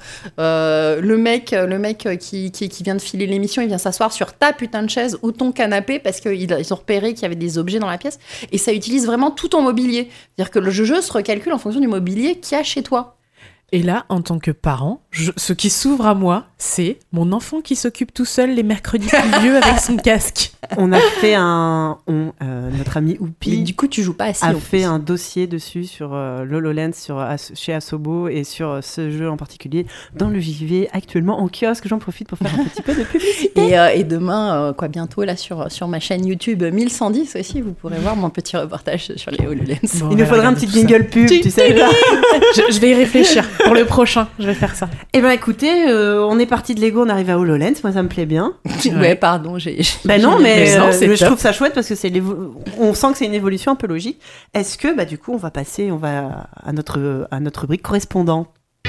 [SPEAKER 3] Le mec qui vient de filer l'émission, il vient s'asseoir sur ta putain de chaise ou ton canapé parce qu'ils ont repéré qu'il y avait des objets dans la pièce. Et ça utilise vraiment tout ton mobilier. C'est-à-dire que le jeu se recalcule en fonction du mobilier qu'il y a chez toi.
[SPEAKER 2] Et là, en tant que parent, ce qui s'ouvre à moi, c'est mon enfant qui s'occupe tout seul les mercredis pluvieux avec son casque.
[SPEAKER 1] On a fait notre ami Oupi.
[SPEAKER 3] Mais du coup, tu joues pas assis.
[SPEAKER 1] A fait un dossier dessus sur l'HoloLens chez Asobo et sur ce jeu en particulier dans le JV actuellement en kiosque. J'en profite pour faire un petit peu de publicité.
[SPEAKER 3] Et demain, bientôt là sur ma chaîne YouTube 1110 aussi, vous pourrez voir mon petit reportage sur les HoloLens.
[SPEAKER 1] Bon, il nous faudrait un petit jingle pub, tu sais.
[SPEAKER 2] Je vais y réfléchir. Pour le prochain, je vais faire ça.
[SPEAKER 1] Eh ben écoutez, on est parti de Lego, on arrive à HoloLens, moi ça me plaît bien.
[SPEAKER 3] Ouais, pardon,
[SPEAKER 1] non, mais
[SPEAKER 2] non,
[SPEAKER 1] je trouve ça chouette parce que on sent que c'est une évolution un peu logique. Est-ce que, du coup, on va à notre rubrique correspondant.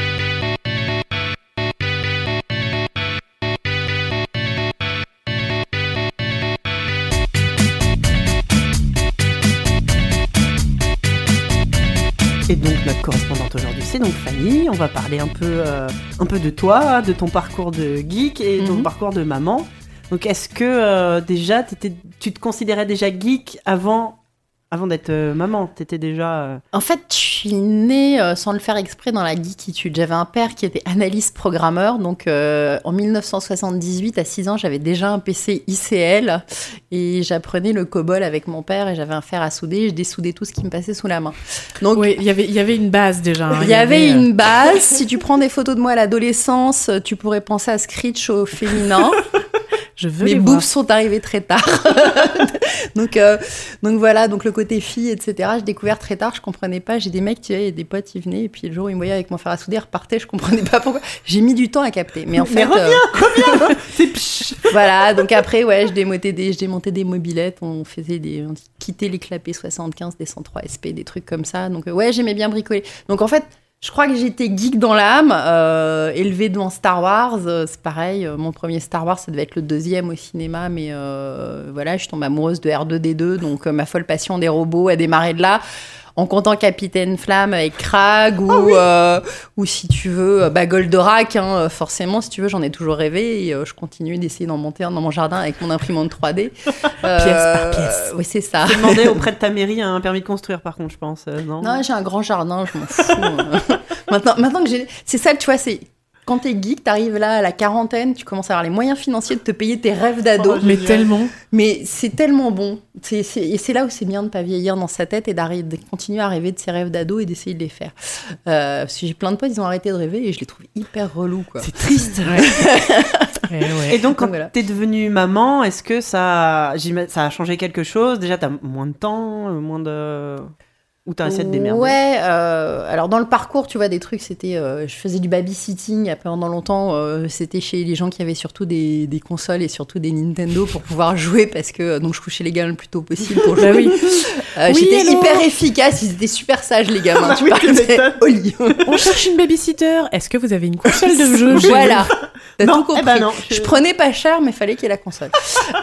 [SPEAKER 1] Et donc notre correspondante aujourd'hui, c'est donc Fanny. On va parler un peu de toi, de ton parcours de geek et ton parcours de maman. Donc est-ce que déjà tu te considérais déjà geek avant d'être maman? T'étais déjà...
[SPEAKER 3] En fait, je suis née sans le faire exprès dans la geekitude. J'avais un père qui était analyste programmeur. Donc en 1978, à 6 ans, j'avais déjà un PC ICL et j'apprenais le COBOL avec mon père et j'avais un fer à souder et je dessoudais tout ce qui me passait sous la main. Donc
[SPEAKER 2] oui, il y avait une base déjà.
[SPEAKER 3] Il y avait une base. Si tu prends des photos de moi à l'adolescence, tu pourrais penser à Screech au féminin. Mes boobs sont arrivés très tard. donc voilà, donc le côté fille, etc. J'ai découvert très tard, je comprenais pas. J'ai des mecs, tu vois, des potes, ils venaient et puis le jour où ils me voyaient avec mon fer à souder, ils repartaient, je comprenais pas pourquoi. J'ai mis du temps à capter. Mais en fait,
[SPEAKER 1] reviens c'est pch.
[SPEAKER 3] Voilà, donc après, ouais, je démontais des mobilettes, on quittait les clapets 75, des 103 SP, des trucs comme ça. Donc ouais, j'aimais bien bricoler. Donc en fait, je crois que j'étais geek dans l'âme, élevée devant Star Wars, c'est pareil, mon premier Star Wars, ça devait être le 2e au cinéma, mais voilà, je tombe amoureuse de R2-D2, donc ma folle passion des robots a démarré de là, en comptant Capitaine Flamme avec Krag, ou si tu veux, Goldorak, hein, forcément, si tu veux, j'en ai toujours rêvé, et je continue d'essayer d'en monter un dans mon jardin avec mon imprimante 3D.
[SPEAKER 1] Pièce par pièce.
[SPEAKER 3] Oui, c'est ça.
[SPEAKER 1] Tu demandais auprès de ta mairie un permis de construire, par contre, je pense, non?
[SPEAKER 3] Non, j'ai un grand jardin, je m'en fous. Maintenant que j'ai... C'est ça, tu vois, c'est... Quand t'es geek, t'arrives là à la quarantaine, tu commences à avoir les moyens financiers de te payer tes rêves d'ado.
[SPEAKER 2] Mais tellement.
[SPEAKER 3] Mais c'est tellement bon. Et c'est là où c'est bien de pas vieillir dans sa tête et de continuer à rêver de ses rêves d'ado et d'essayer de les faire. Parce que j'ai plein de potes, ils ont arrêté de rêver et je les trouve hyper relous, quoi.
[SPEAKER 1] C'est triste. Et donc, quand t'es devenue maman, est-ce que ça a changé quelque chose? Déjà, t'as moins de temps, ou t'as essayé de démerder?
[SPEAKER 3] Ouais, alors dans le parcours, tu vois, des trucs, c'était... je faisais du babysitting pendant longtemps. C'était chez les gens qui avaient surtout des consoles et surtout des Nintendo pour pouvoir jouer parce que... donc, je couchais les gamins le plus tôt possible pour jouer. J'étais hyper efficace. Ils étaient super sages, les gamins. Tu parles au lit.
[SPEAKER 2] On cherche une babysitter. Est-ce que vous avez une console de jeu?
[SPEAKER 3] Voilà. T'as tout compris.
[SPEAKER 1] Eh ben non,
[SPEAKER 3] je prenais pas cher, mais fallait qu'il y ait la console.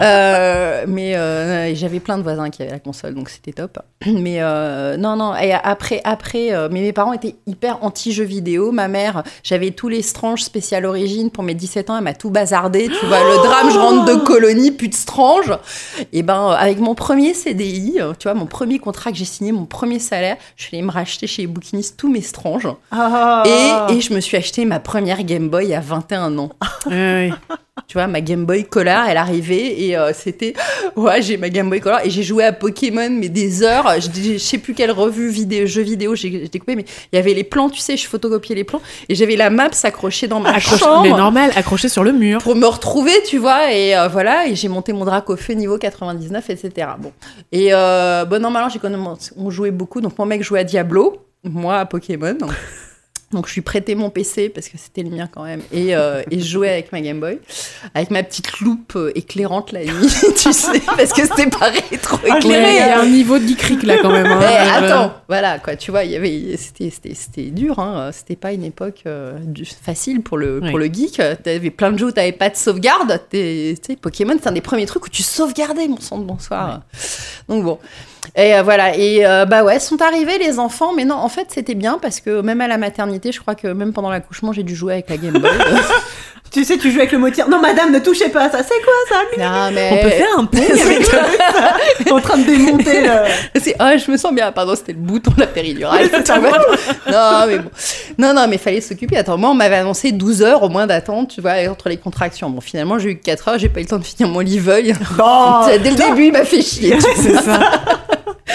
[SPEAKER 3] Mais j'avais plein de voisins qui avaient la console, donc c'était top. Mais non. Et après, mais mes parents étaient hyper anti-jeux vidéo. Ma mère, j'avais tous les Strange spécial origine pour mes 17 ans. Elle m'a tout bazardé. Tu vois, le drame, je rentre de colonie, plus de Strange. Et avec mon premier CDI, tu vois, mon premier contrat que j'ai signé, mon premier salaire, je suis allée me racheter chez les bouquinistes tous mes Strange. Et je me suis acheté ma première Game Boy à 21 ans.
[SPEAKER 2] Oui.
[SPEAKER 3] Tu vois, ma Game Boy Color, elle arrivait et c'était... Ouais, j'ai ma Game Boy Color et j'ai joué à Pokémon, mais des heures. Je sais plus quelle revue jeux vidéo j'ai découpé, mais il y avait les plans, tu sais, je photocopiais les plans et j'avais la map accrochée dans ma chambre.
[SPEAKER 2] Mais normal, accrochée sur le mur.
[SPEAKER 3] Pour me retrouver, tu vois, et voilà, et j'ai monté mon drac au feu niveau 99, etc. Bon. Et normalement, on jouait beaucoup, donc mon mec jouait à Diablo, moi à Pokémon. Donc je lui prêtais mon PC parce que c'était le mien quand même et je jouais avec ma Game Boy avec ma petite loupe éclairante la nuit, tu sais, parce que c'était pas trop éclairé.
[SPEAKER 2] Il y a un niveau de geek là quand même. Hein.
[SPEAKER 3] Attends, voilà quoi, tu vois, c'était dur, hein, c'était pas une époque facile pour le geek. T'avais plein de jeux où t'avais pas de sauvegarde. Tu sais, Pokémon, c'est un des premiers trucs où tu sauvegardais, mon sang de bonsoir. Ouais. Donc bon. Et voilà, et sont arrivés les enfants, mais non, en fait c'était bien parce que même à la maternité, je crois que même pendant l'accouchement, j'ai dû jouer avec la Game Boy.
[SPEAKER 1] Tu sais, tu joues avec le mot tir. Non, madame, ne touchez pas à ça. C'est quoi ça?
[SPEAKER 3] Non, mais...
[SPEAKER 2] On peut faire un pont avec ça.
[SPEAKER 1] En train de démonter le...
[SPEAKER 3] je me sens bien. Pardon, c'était le bouton de la péridurale. Non, mais bon. Non, mais fallait s'occuper. Attends, moi, on m'avait annoncé 12 heures au moins d'attente, tu vois, entre les contractions. Bon, finalement, j'ai eu 4 heures. J'ai pas eu le temps de finir mon Level. Dès le début, il m'a fait chier.
[SPEAKER 2] C'est ça.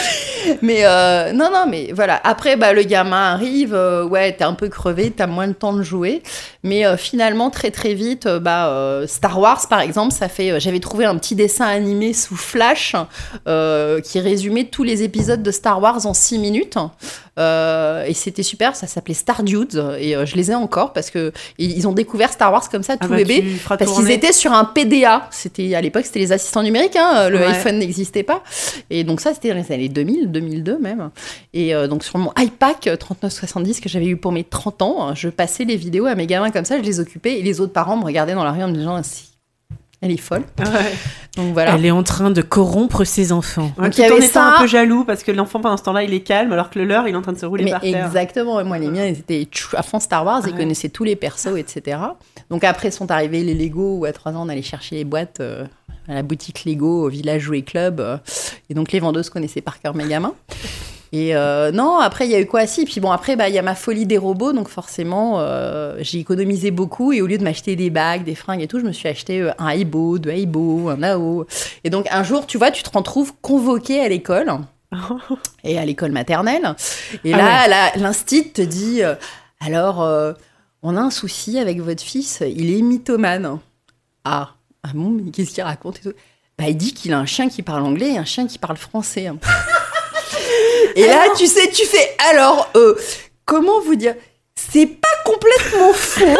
[SPEAKER 3] Mais non, mais voilà. Après, le gamin arrive, ouais, t'es un peu crevé, t'as moins le temps de jouer. Mais finalement, très très vite, Star Wars, par exemple, j'avais trouvé un petit dessin animé sous Flash qui résumait tous les épisodes de Star Wars en 6 minutes. Et c'était super, ça s'appelait Star Dudes. Et je les ai encore parce que ils ont découvert Star Wars comme ça, tout bébé. Parce qu'ils étaient sur un PDA. À l'époque, c'était les assistants numériques, hein, le iPhone n'existait pas. Et donc ça, c'était dans les années 2000, 2002 même. Et donc sur mon iPac 3970 que j'avais eu pour mes 30 ans, je passais les vidéos à mes gamins comme ça, je les occupais. Et les autres parents me regardaient dans la rue en me disant elle est folle. Ouais. Donc voilà.
[SPEAKER 2] Elle est en train de corrompre ses enfants.
[SPEAKER 1] Ouais, tout en étant un peu jaloux parce que l'enfant pendant ce temps-là il est calme alors que le leur il est en train de se rouler par terre.
[SPEAKER 3] Exactement. Et moi les miens ils étaient à fond Star Wars, ils connaissaient tous les persos, etc. Donc après sont arrivés les Lego où à 3 ans on allait chercher les boîtes à la boutique Lego au Village Jouet Club. Et donc les vendeuses connaissaient par cœur mes gamins. Et non, après, il y a eu quoi? Si, puis bon, après, il y a ma folie des robots, donc forcément, j'ai économisé beaucoup, et au lieu de m'acheter des bagues, des fringues et tout, je me suis acheté un Aibo, deux Aibo, un Nao. Et donc, un jour, tu vois, tu te retrouves convoqué à l'école, et à l'école maternelle, et là, l'instit te dit, alors, on a un souci avec votre fils, il est mythomane. Ah bon, mais qu'est-ce qu'il raconte et tout? Il dit qu'il a un chien qui parle anglais et un chien qui parle français. Et là, tu sais, tu fais, alors, comment vous dire? C'est pas complètement faux.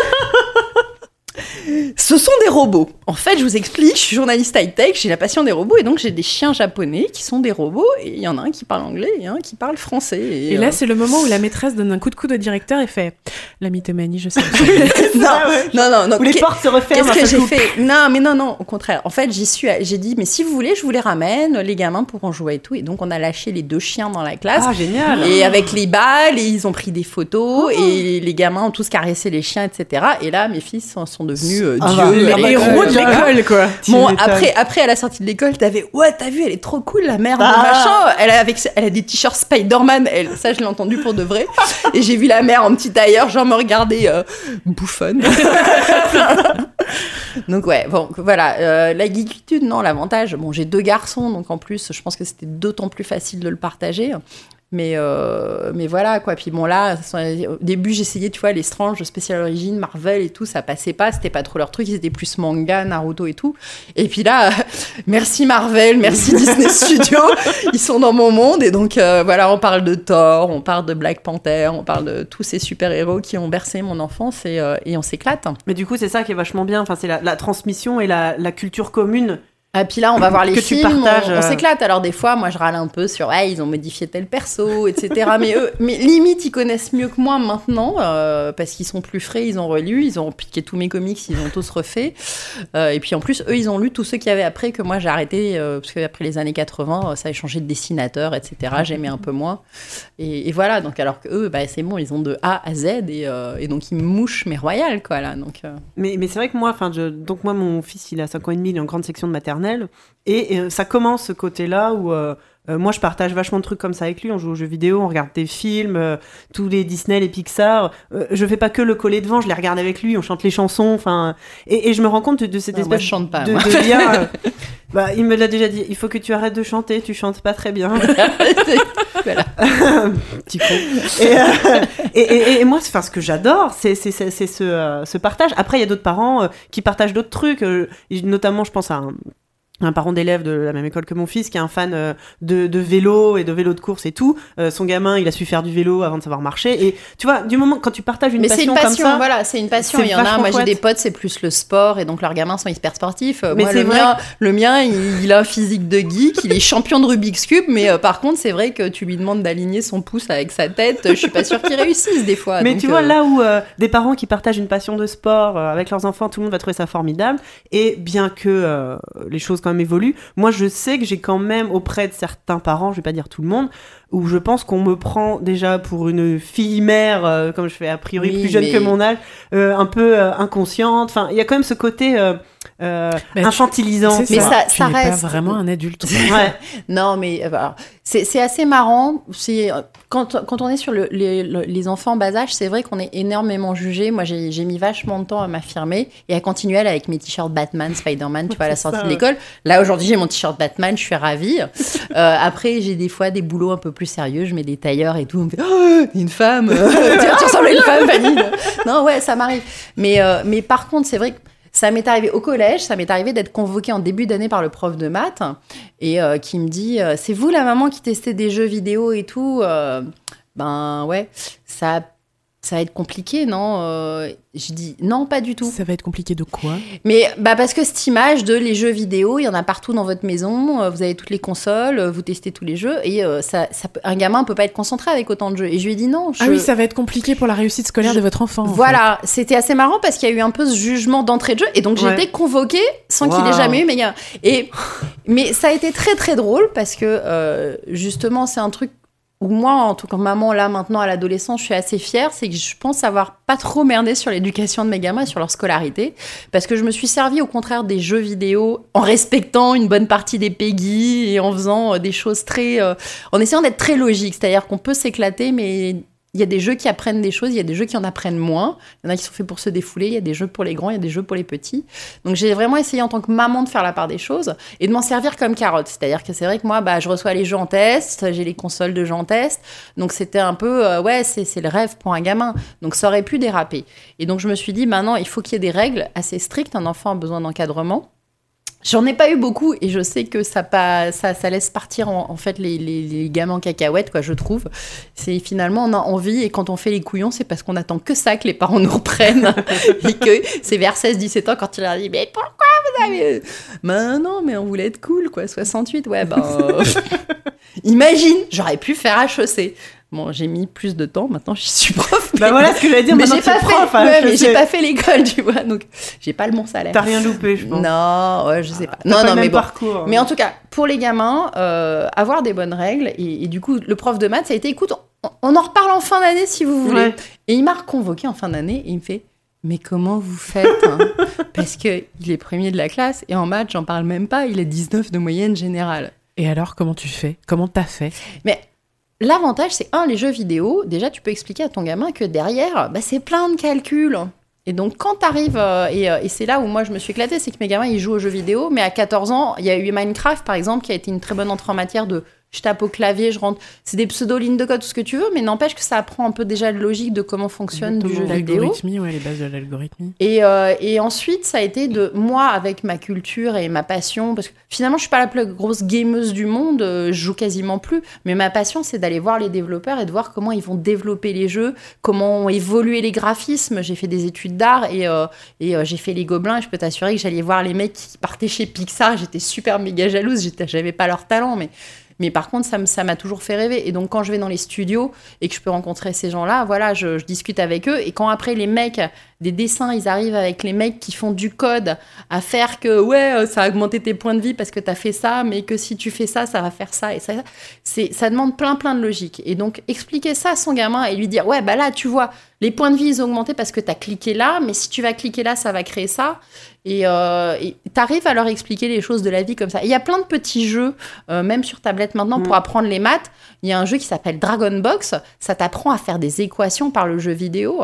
[SPEAKER 3] Ce sont des robots. En fait, je vous explique, je suis journaliste high-tech, j'ai la passion des robots, et donc j'ai des chiens japonais qui sont des robots, et il y en a un qui parle anglais et un qui parle français. Et
[SPEAKER 2] là, c'est le moment où la maîtresse donne un coup de coude au directeur et fait « La mythomanie, je sais pas. »
[SPEAKER 3] Non.
[SPEAKER 1] Où les portes se referment.
[SPEAKER 3] Qu'est-ce que j'ai fait? Non, au contraire. En fait, j'ai dit, mais si vous voulez, je vous les ramène, les gamins pourront jouer et tout. Et donc, on a lâché les 2 chiens dans la classe.
[SPEAKER 1] Ah, génial.
[SPEAKER 3] Et avec les balles, et ils ont pris des photos, et les gamins ont tous caressé les chiens, etc. Et là, mes fils sont devenus
[SPEAKER 2] les héros de l'école, quoi.
[SPEAKER 3] Bon, après, à la sortie de l'école, t'as vu, elle est trop cool, la mère de machin. Elle a des t-shirts Spider-Man. Ça, je l'ai entendu pour de vrai. Et j'ai vu la mère en petit tailleur, genre me regarder bouffonne. Donc ouais, bon, voilà. La geekitude, non, l'avantage. Bon, j'ai 2 garçons, donc en plus, je pense que c'était d'autant plus facile de le partager. Mais voilà, quoi. Puis bon, là, au début, j'essayais, tu vois, les Strange, Spécial Origins, Marvel et tout, ça passait pas, c'était pas trop leur truc, ils étaient plus manga, Naruto et tout. Et puis là, merci Marvel, merci Disney Studios, ils sont dans mon monde. Et donc, voilà, on parle de Thor, on parle de Black Panther, on parle de tous ces super-héros qui ont bercé mon enfance et on s'éclate.
[SPEAKER 1] Mais du coup, c'est ça qui est vachement bien, enfin, c'est la transmission et la culture commune.
[SPEAKER 3] Et puis là, on va voir les films,
[SPEAKER 1] on
[SPEAKER 3] s'éclate. Alors des fois, moi, je râle un peu sur ils ont modifié tel perso, etc. mais limite, ils connaissent mieux que moi maintenant, parce qu'ils sont plus frais, ils ont relu, ils ont piqué tous mes comics, ils ont tous refait. Et puis en plus, eux, ils ont lu tous ceux qu'il y avait après, que moi, j'ai arrêté, parce qu'après les années 80, ça a changé de dessinateur, etc. J'aimais un peu moins. Et voilà, donc alors qu'eux, c'est bon, ils ont de A à Z, et donc ils me mouchent, mais royal, quoi, là. Donc,
[SPEAKER 1] Mais c'est vrai que moi, donc moi, mon fils, il a 5 ans et demi, il est en grande section de maternelle. Et ça commence ce côté-là où moi je partage vachement de trucs comme ça avec lui, on joue aux jeux vidéo, on regarde des films, tous les Disney, les Pixar, je fais pas que le coller devant, je les regarde avec lui, on chante les chansons, et je me rends compte de cette espèce de lien. Il me l'a déjà dit, il faut que tu arrêtes de chanter, tu chantes pas très bien. Petit con. Et moi, ce que j'adore, c'est ce partage. Après, il y a d'autres parents qui partagent d'autres trucs, notamment je pense à un parent d'élève de la même école que mon fils qui est un fan de vélo et de vélo de course et tout. Son gamin, il a su faire du vélo avant de savoir marcher. Et tu vois, du moment quand tu partages une passion comme ça...
[SPEAKER 3] Voilà, c'est une passion. Il y en a, moi j'ai des potes, c'est plus le sport et donc leurs gamins sont hyper sportifs.
[SPEAKER 1] Mais
[SPEAKER 3] moi,
[SPEAKER 1] le
[SPEAKER 3] mien, il a un physique de geek, il est champion de Rubik's Cube, mais par contre, c'est vrai que tu lui demandes d'aligner son pouce avec sa tête, je suis pas sûre qu'il réussisse des fois.
[SPEAKER 1] Mais
[SPEAKER 3] donc,
[SPEAKER 1] tu vois, là où des parents qui partagent une passion de sport avec leurs enfants, tout le monde va trouver ça formidable. Et bien que les choses quand même évoluent, moi je sais que j'ai quand même auprès de certains parents, je vais pas dire tout le monde, où je pense qu'on me prend déjà pour une fille-mère, comme je fais a priori plus jeune que mon âge, un peu inconsciente. Enfin, il y a quand même ce côté... infantilisante.
[SPEAKER 2] Mais
[SPEAKER 3] ça
[SPEAKER 2] tu n'es
[SPEAKER 3] reste
[SPEAKER 2] pas vraiment un adulte.
[SPEAKER 1] Ouais.
[SPEAKER 3] Non, mais alors, c'est assez marrant. Quand on est sur les enfants en bas âge, c'est vrai qu'on est énormément jugé. Moi, j'ai mis vachement de temps à m'affirmer et à continuer avec mes t-shirts Batman, Spider-Man, tu vois, à la sortie de l'école. Là, aujourd'hui, j'ai mon t-shirt Batman, je suis ravie. Après, j'ai des fois des boulots un peu plus sérieux. Je mets des tailleurs et tout. On me fait « Oh, une femme tu ressembles à une femme, Fanny !» Non, ouais, ça m'arrive. Mais par contre, c'est vrai que ça m'est arrivé au collège, ça m'est arrivé d'être convoquée en début d'année par le prof de maths et qui me dit « C'est vous la maman qui testait des jeux vidéo et tout ?» Ben ouais, ça va être compliqué, non Je dis non, pas du tout.
[SPEAKER 2] Ça va être compliqué de quoi?
[SPEAKER 3] Mais parce que cette image de les jeux vidéo, il y en a partout dans votre maison, vous avez toutes les consoles, vous testez tous les jeux, et un gamin peut pas être concentré avec autant de jeux. Et je lui ai dit non.
[SPEAKER 2] Ah oui, ça va être compliqué pour la réussite scolaire de votre enfant.
[SPEAKER 3] Voilà, c'était assez marrant parce qu'il y a eu un peu ce jugement d'entrée de jeu, et donc j'ai été convoquée sans qu'il ait jamais eu mes gars. Mais ça a été très très drôle parce que justement c'est un truc où moi, en tout cas maman, là, maintenant, à l'adolescence, je suis assez fière, c'est que je pense avoir pas trop merdé sur l'éducation de mes gamins et sur leur scolarité, parce que je me suis servie, au contraire, des jeux vidéo en respectant une bonne partie des PEGI et en faisant des choses en essayant d'être très logique, c'est-à-dire qu'on peut s'éclater, mais il y a des jeux qui apprennent des choses, il y a des jeux qui en apprennent moins. Il y en a qui sont faits pour se défouler, il y a des jeux pour les grands, il y a des jeux pour les petits. Donc j'ai vraiment essayé en tant que maman de faire la part des choses et de m'en servir comme carotte. C'est-à-dire que c'est vrai que moi, je reçois les jeux en test, j'ai les consoles de jeux en test. Donc c'était un peu, c'est le rêve pour un gamin. Donc ça aurait pu déraper. Et donc je me suis dit, maintenant, il faut qu'il y ait des règles assez strictes. Un enfant a besoin d'encadrement. J'en ai pas eu beaucoup et je sais que ça laisse partir en fait les gamins en cacahuètes, quoi, je trouve. C'est finalement, on a envie et quand on fait les couillons, c'est parce qu'on attend que ça, que les parents nous reprennent et que c'est vers 16-17 ans quand il leur dit « Mais pourquoi vous avez... » non, mais on voulait être cool, quoi, 68, ouais, Imagine, j'aurais pu faire HEC. Bon, j'ai mis plus de temps, maintenant j'y suis prof.
[SPEAKER 1] Voilà ce que j'allais dire,
[SPEAKER 3] mais
[SPEAKER 1] maintenant
[SPEAKER 3] j'ai pas fait l'école, tu vois, donc j'ai pas le bon salaire.
[SPEAKER 1] T'as rien loupé, je pense.
[SPEAKER 3] Non, je sais pas.
[SPEAKER 1] Non,
[SPEAKER 3] mais bon.
[SPEAKER 1] Parcours.
[SPEAKER 3] Mais en tout cas, pour les gamins, avoir des bonnes règles, et du coup, le prof de maths, ça a été, écoute, on en reparle en fin d'année si vous voulez. Ouais. Et il m'a reconvoqué en fin d'année, et il me fait, mais comment vous faites Parce qu'il est premier de la classe, et en maths, j'en parle même pas, il est 19 de moyenne générale.
[SPEAKER 2] Et alors, comment tu fais? Comment t'as fait?
[SPEAKER 3] Mais l'avantage, c'est les jeux vidéo. Déjà, tu peux expliquer à ton gamin que derrière, c'est plein de calculs. Et donc, quand t'arrives, et c'est là où moi je me suis éclatée, c'est que mes gamins, ils jouent aux jeux vidéo, mais à 14 ans, il y a eu Minecraft, par exemple, qui a été une très bonne entrée en matière de je tape au clavier, je rentre. C'est des pseudo-lignes de code, tout ce que tu veux, mais n'empêche que ça apprend un peu déjà la logique de comment fonctionne du jeu vidéo.
[SPEAKER 2] L'algorithmie, ouais, les bases de l'algorithmie.
[SPEAKER 3] Et ensuite, ça a été moi, avec ma culture et ma passion, parce que finalement, je suis pas la plus grosse gameuse du monde, je joue quasiment plus, mais ma passion, c'est d'aller voir les développeurs et de voir comment ils vont développer les jeux, comment ont évolué les graphismes. J'ai fait des études d'art et j'ai fait les Gobelins, et je peux t'assurer que j'allais voir les mecs qui partaient chez Pixar, j'étais super méga jalouse, j'avais pas leur talent, mais par contre, ça m'a toujours fait rêver. Et donc, quand je vais dans les studios et que je peux rencontrer ces gens-là, voilà, je discute avec eux. Et quand après, les mecs, des dessins, ils arrivent avec les mecs qui font du code à faire que, ouais, ça a augmenté tes points de vie parce que t'as fait ça, mais que si tu fais ça, ça va faire ça. Et ça demande plein de logique. Et donc, expliquer ça à son gamin et lui dire, ouais, là, tu vois, les points de vie, ils ont augmenté parce que t'as cliqué là, mais si tu vas cliquer là, ça va créer ça. Et t'arrives à leur expliquer les choses de la vie comme ça. Il y a plein de petits jeux, même sur tablette maintenant, pour apprendre les maths. Il y a un jeu qui s'appelle Dragon Box. Ça t'apprend à faire des équations par le jeu vidéo.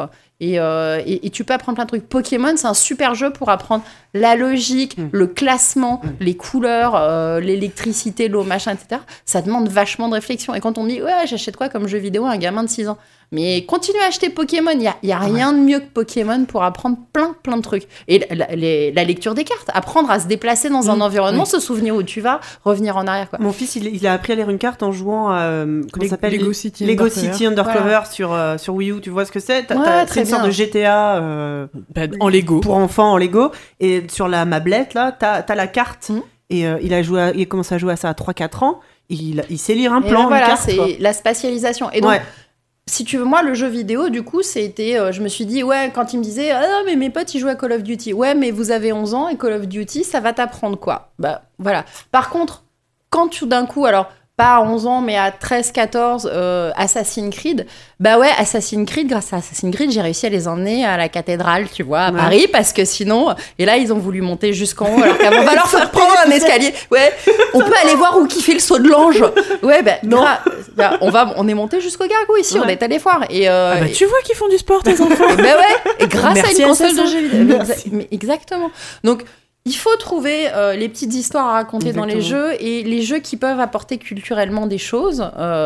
[SPEAKER 3] Et tu peux apprendre plein de trucs. Pokémon, c'est un super jeu pour apprendre la logique, le classement, les couleurs, l'électricité, l'eau, machin, etc. Ça demande vachement de réflexion. Et quand on dit, ouais, j'achète quoi comme jeu vidéo à un gamin de 6 ans? Mais continue à acheter Pokémon. Il y a rien de mieux que Pokémon pour apprendre plein de trucs. Et la lecture des cartes, apprendre à se déplacer dans un environnement, se souvenir où tu vas, revenir en arrière, quoi.
[SPEAKER 1] Mon fils, il a appris à lire une carte en jouant à comment ça s'appelle,
[SPEAKER 2] Lego City
[SPEAKER 1] Undercover sur Wii U. Tu vois ce que c'est? C'est une sorte de GTA
[SPEAKER 2] en Lego
[SPEAKER 1] pour enfants en Lego. Et sur la mablette là, t'as la carte. Et il a commencé à jouer à ça à 3-4 ans. Il sait lire un plan.
[SPEAKER 3] Voilà,
[SPEAKER 1] carte,
[SPEAKER 3] c'est
[SPEAKER 1] quoi.
[SPEAKER 3] la spatialisation. Et donc, si tu veux, moi, le jeu vidéo, du coup, c'était... je me suis dit, ouais, quand ils me disaient « Ah non, mais mes potes, ils jouent à Call of Duty. » Ouais, mais vous avez 11 ans et Call of Duty, ça va t'apprendre quoi? Voilà. Par contre, quand tout d'un coup... Alors, pas à 11 ans, mais à 13, 14, Assassin's Creed. Bah ouais, Assassin's Creed, grâce à Assassin's Creed, j'ai réussi à les emmener à la cathédrale, tu vois, à Paris, parce que sinon... Et là, ils ont voulu monter jusqu'en haut, alors qu'avant, on va leur faire prendre un escalier. Ouais, on peut aller voir où qui fait le saut de l'ange. Ouais, non. On est monté jusqu'au Gargouille, ici, on est allé voir. Et,
[SPEAKER 2] tu vois qu'ils font du sport, tes enfants.
[SPEAKER 3] Bah ouais, et grâce à une console de jeux vidéo. Mais exactement. Donc... Il faut trouver les petites histoires à raconter dans les jeux et les jeux qui peuvent apporter culturellement des choses.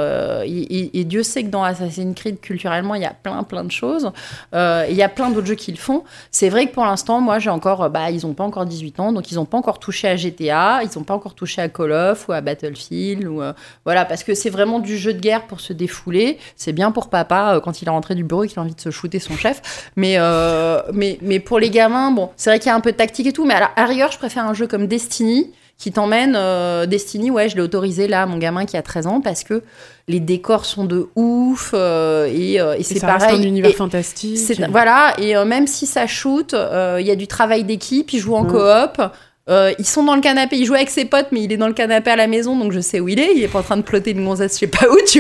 [SPEAKER 3] Et Dieu sait que dans Assassin's Creed, culturellement, il y a plein de choses. Il y a plein d'autres jeux qui le font. C'est vrai que pour l'instant, moi, j'ai encore... ils n'ont pas encore 18 ans, donc ils n'ont pas encore touché à GTA, ils n'ont pas encore touché à Call of ou à Battlefield. Voilà, parce que c'est vraiment du jeu de guerre pour se défouler. C'est bien pour papa quand il est rentré du bureau et qu'il a envie de se shooter son chef. Mais pour les gamins, bon, c'est vrai qu'il y a un peu de tactique et tout, mais à rigueur, je préfère un jeu comme Destiny qui t'emmène. Destiny, ouais, je l'ai autorisé là, mon gamin qui a 13 ans, parce que les décors sont de ouf et c'est
[SPEAKER 2] ça
[SPEAKER 3] pareil.
[SPEAKER 2] Reste un univers fantastique.
[SPEAKER 3] Voilà, et même si ça shoot, il y a du travail d'équipe, ils jouent en coop. Ils sont dans le canapé, il joue avec ses potes, mais il est dans le canapé à la maison, donc je sais où il est pas en train de plotter une gonzesse, je sais pas où, tu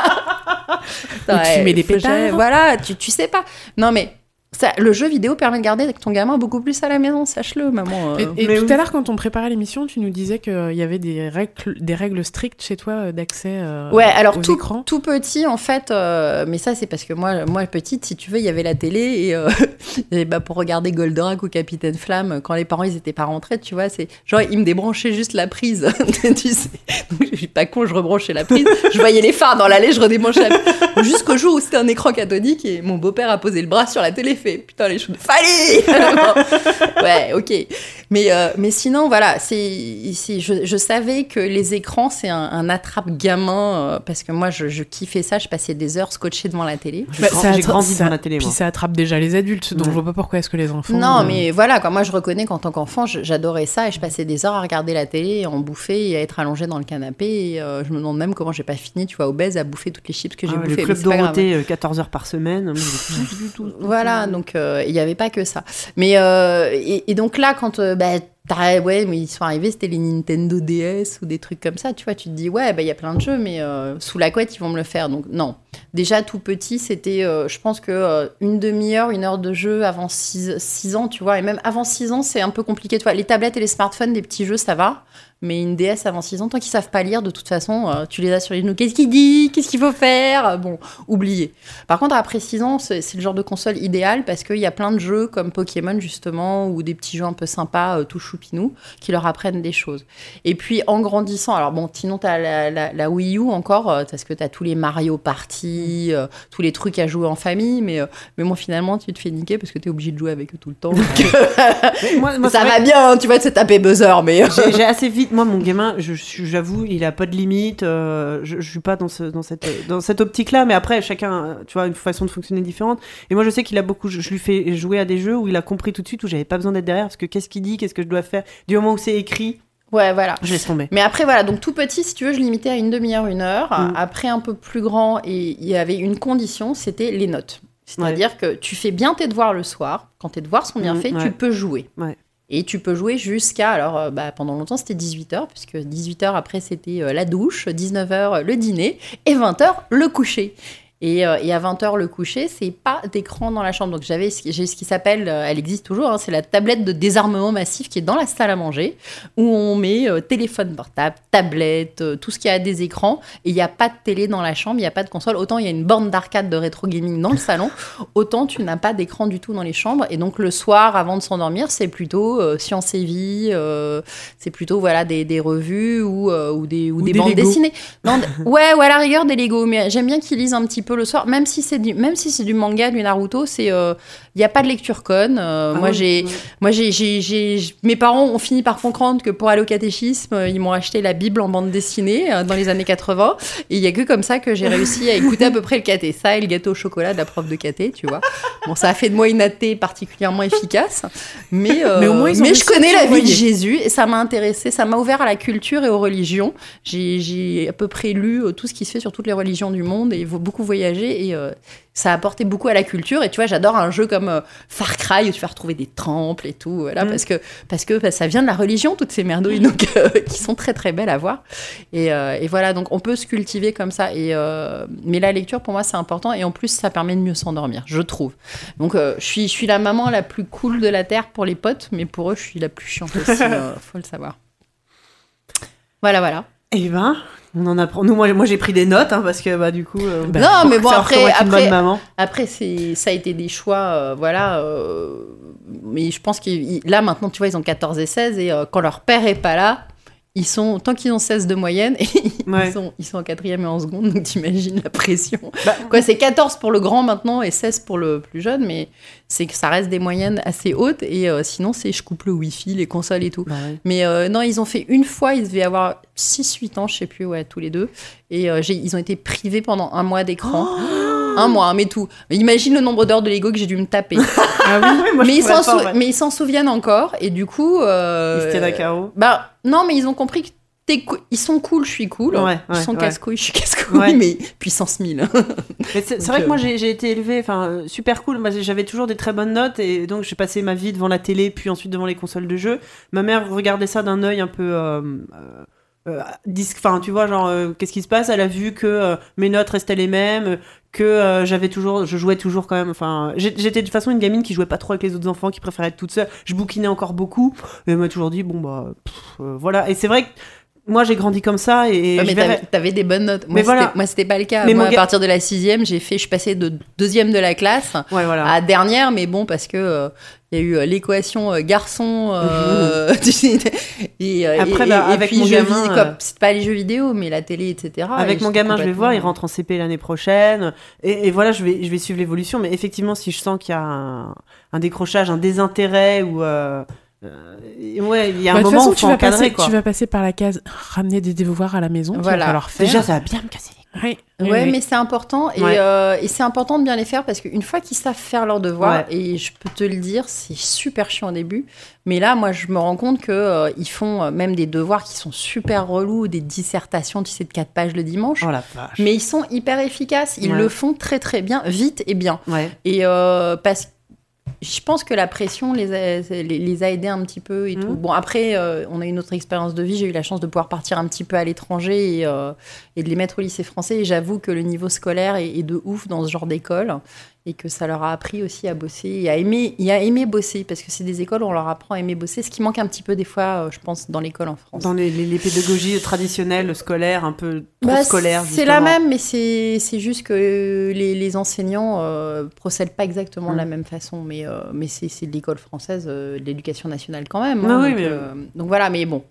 [SPEAKER 3] vois.
[SPEAKER 2] Tu mets des pétards.
[SPEAKER 3] Voilà, tu sais pas. Non, mais le jeu vidéo permet de garder ton gamin beaucoup plus à la maison, sache-le, maman.
[SPEAKER 2] Et tout à l'heure, quand on préparait l'émission, tu nous disais qu'il y avait des règles strictes chez toi d'accès
[SPEAKER 3] alors
[SPEAKER 2] aux écrans.
[SPEAKER 3] Tout petit, en fait, mais ça, c'est parce que moi, petite, si tu veux, il y avait la télé et pour regarder Goldorak ou Capitaine Flamme, quand les parents, ils étaient pas rentrés, tu vois, c'est genre, ils me débranchaient juste la prise, tu sais. Donc, je suis pas con, je rebranchais la prise, je voyais les phares dans l'allée, je redébranchais la prise. Jusqu'au jour où c'était un écran cathodique et mon beau-père a posé le bras sur la télé. Putain, les choses Fallait. Ouais, ok, mais sinon voilà, je savais que les écrans c'est un attrape-gamin parce que moi je kiffais ça, je passais des heures scotchées devant la télé.
[SPEAKER 1] J'ai grandi devant la télé,
[SPEAKER 2] puis ça attrape déjà les adultes, donc je vois pas pourquoi est-ce que les enfants...
[SPEAKER 3] Non, mais voilà, moi je reconnais qu'en tant qu'enfant j'adorais ça et je passais des heures à regarder la télé, à en bouffer et à être allongée dans le canapé et je me demande même comment j'ai pas fini, tu vois, obèse, à bouffer toutes les chips que j'ai bouffées.
[SPEAKER 1] Le club Dorothée, 14 heures par semaine, du tout.
[SPEAKER 3] Voilà, donc il n'y avait pas que ça. Mais et donc là, quand mais ils sont arrivés, c'était les Nintendo DS ou des trucs comme ça, tu vois, tu te dis ouais, il y a plein de jeux, mais sous la couette ils vont me le faire. Donc non, déjà tout petit, c'était, je pense que une demi-heure, 1 heure de jeu avant 6 ans, tu vois, et même avant 6 ans, c'est un peu compliqué, tu vois. Les tablettes et les smartphones, des petits jeux, ça va. Mais une DS avant 6 ans, tant qu'ils savent pas lire, de toute façon, tu les as sur les genoux. Qu'est-ce qu'il dit ? Qu'est-ce qu'il faut faire ? Bon, oubliez. Par contre, après 6 ans, c'est le genre de console idéale parce qu'il y a plein de jeux comme Pokémon, justement, ou des petits jeux un peu sympas, tout choupinou, qui leur apprennent des choses. Et puis, en grandissant, alors bon, sinon, t'as la Wii U encore, parce que t'as tous les Mario Party, tous les trucs à jouer en famille, mais bon, finalement, tu te fais niquer parce que t'es obligé de jouer avec eux tout le temps. moi, ça va bien, hein, tu vas te taper buzzer, mais...
[SPEAKER 1] J'ai assez vite, moi, mon gamin, j'avoue, il a pas de limite. Je suis pas dans cette optique-là, mais après, chacun, tu vois, une façon de fonctionner différente. Et moi, je sais qu'il a beaucoup. Je lui fais jouer à des jeux où il a compris tout de suite, où j'avais pas besoin d'être derrière, parce que qu'est-ce qu'il dit, qu'est-ce que je dois faire. Du moment où c'est écrit.
[SPEAKER 3] Ouais, voilà.
[SPEAKER 1] Je laisse tomber.
[SPEAKER 3] Mais après, voilà, donc tout petit, si tu veux, je limitais à une demi-heure, 1 heure. Après, un peu plus grand, et il y avait une condition, c'était les notes. C'est-à-dire que tu fais bien tes devoirs le soir. Quand tes devoirs sont bien faits, tu peux jouer. Ouais. Et tu peux jouer jusqu'à, alors pendant longtemps c'était 18h, puisque 18h après c'était la douche, 19h le dîner, et 20h le coucher. Et à 20h le coucher, c'est pas d'écran dans la chambre. Donc j'ai ce qui s'appelle, elle existe toujours, hein, c'est la tablette de désarmement massif qui est dans la salle à manger, où on met téléphone portable, tablette, tout ce qui a des écrans, et il n'y a pas de télé dans la chambre, il n'y a pas de console. Autant il y a une borne d'arcade de rétro gaming dans le salon, autant tu n'as pas d'écran du tout dans les chambres. Et donc le soir, avant de s'endormir, c'est plutôt Science et Vie, c'est plutôt voilà, des revues ou des bandes
[SPEAKER 2] Lego.
[SPEAKER 3] Dessinées. Non, ouais, ou à la rigueur des Lego, mais j'aime bien qu'ils lisent un petit peu le soir, même si c'est du manga, du Naruto, c'est il y a pas de lecture conne. Mes parents ont fini par comprendre que pour aller au catéchisme, ils m'ont acheté la Bible en bande dessinée dans les années 80, et il y a que comme ça que j'ai réussi à écouter à peu près le caté. Ça et le gâteau au chocolat de la prof de caté, tu vois. Bon, ça a fait de moi une athée particulièrement efficace, mais
[SPEAKER 2] au moins,
[SPEAKER 3] je connais la vie de Jésus et ça m'a intéressée, ça m'a ouvert à la culture et aux religions. J'ai à peu près lu tout ce qui se fait sur toutes les religions du monde et beaucoup voyagé, et ça a apporté beaucoup à la culture. Et tu vois, j'adore un jeu comme Far Cry où tu vas retrouver des temples et tout, voilà, parce que ça vient de la religion, toutes ces merdouilles, donc, qui sont très très belles à voir. Et voilà, donc on peut se cultiver comme ça. Mais la lecture, pour moi, c'est important. Et en plus, ça permet de mieux s'endormir, je trouve. Donc, je suis la maman la plus cool de la Terre pour les potes, mais pour eux, je suis la plus chiante aussi, faut le savoir. Voilà.
[SPEAKER 1] Eh ben, on en apprend. Nous, moi j'ai pris des notes, parce que du coup.
[SPEAKER 3] Non, mais bon, après,
[SPEAKER 1] ça
[SPEAKER 3] a été des choix, voilà. Mais je pense que là, maintenant, tu vois, ils ont 14 et 16, et quand leur père est pas là, tant qu'ils ont 16 de moyenne, ils sont en 4e et en seconde, donc t'imagines la pression. C'est 14 pour le grand maintenant et 16 pour le plus jeune, mais c'est que ça reste des moyennes assez hautes, et sinon c'est je coupe le wifi, les consoles et tout. Mais non, ils ont fait une fois, ils devaient avoir 6-8 ans, je sais plus, tous les deux, et ils ont été privés pendant 1 mois d'écran. Un mois, mais tout. Mais imagine le nombre d'heures de Lego que j'ai dû me taper. Mais ils s'en souviennent encore, et du coup...
[SPEAKER 1] Ils se tiennent à carreau.
[SPEAKER 3] Non, mais ils ont compris que ils sont cool, je suis cool. Ils sont casse-couilles, je suis casse-couille, mais puissance 1000.
[SPEAKER 1] Mais c'est vrai que moi, j'ai été élevée, super cool. Moi, j'avais toujours des très bonnes notes, et donc j'ai passé ma vie devant la télé, puis ensuite devant les consoles de jeux. Ma mère regardait ça d'un œil un peu... tu vois, genre, qu'est-ce qui se passe? Elle a vu que mes notes restaient les mêmes, que je jouais toujours quand même. J'étais de toute façon une gamine qui jouait pas trop avec les autres enfants, qui préférait être toute seule. Je bouquinais encore beaucoup, et elle m'a toujours dit, voilà. Et c'est vrai que moi, j'ai grandi comme ça, et
[SPEAKER 3] t'avais des bonnes notes. Moi, c'était pas le cas.
[SPEAKER 1] Mais
[SPEAKER 3] moi, à partir de la 6e, je suis passée de 2e de la classe à dernière, mais bon, parce que il y a eu l'équation garçon, et
[SPEAKER 1] avec
[SPEAKER 3] puis
[SPEAKER 1] mon gamin,
[SPEAKER 3] c'est pas les jeux vidéo, mais la télé, etc.
[SPEAKER 1] Avec mon gamin, je vais voir, il rentre en CP l'année prochaine, et voilà, je vais suivre l'évolution. Mais effectivement, si je sens qu'il y a un décrochage, un désintérêt, ou il y a un moment où il faut encadrer, quoi.
[SPEAKER 2] Tu vas passer par la case ramener des devoirs à la maison.
[SPEAKER 3] Voilà.
[SPEAKER 2] Leur faire.
[SPEAKER 1] Déjà, ça va bien me casser les couilles.
[SPEAKER 3] Oui. Mais c'est important, et c'est important de bien les faire, parce qu'une fois qu'ils savent faire leurs devoirs, et je peux te le dire, c'est super chiant au début, mais là, moi, je me rends compte que ils font même des devoirs qui sont super relous, des dissertations, tu sais, de 4 pages le dimanche.
[SPEAKER 1] Oh la vache.
[SPEAKER 3] Mais ils sont hyper efficaces, ils le font très très bien, vite et bien. Et parce que je pense que la pression les a aidés un petit peu et tout. Bon, après, on a une autre expérience de vie. J'ai eu la chance de pouvoir partir un petit peu à l'étranger et de les mettre au lycée français. Et j'avoue que le niveau scolaire est de ouf dans ce genre d'école, et que ça leur a appris aussi à bosser et à aimer bosser, parce que c'est des écoles où on leur apprend à aimer bosser, ce qui manque un petit peu des fois, je pense, dans l'école en France.
[SPEAKER 1] Dans les pédagogies traditionnelles, scolaires, un peu trop scolaires, justement.
[SPEAKER 3] C'est la même, mais c'est juste que les enseignants procèdent pas exactement de la même façon, mais c'est de l'école française, de l'éducation nationale quand même. Donc voilà, mais bon,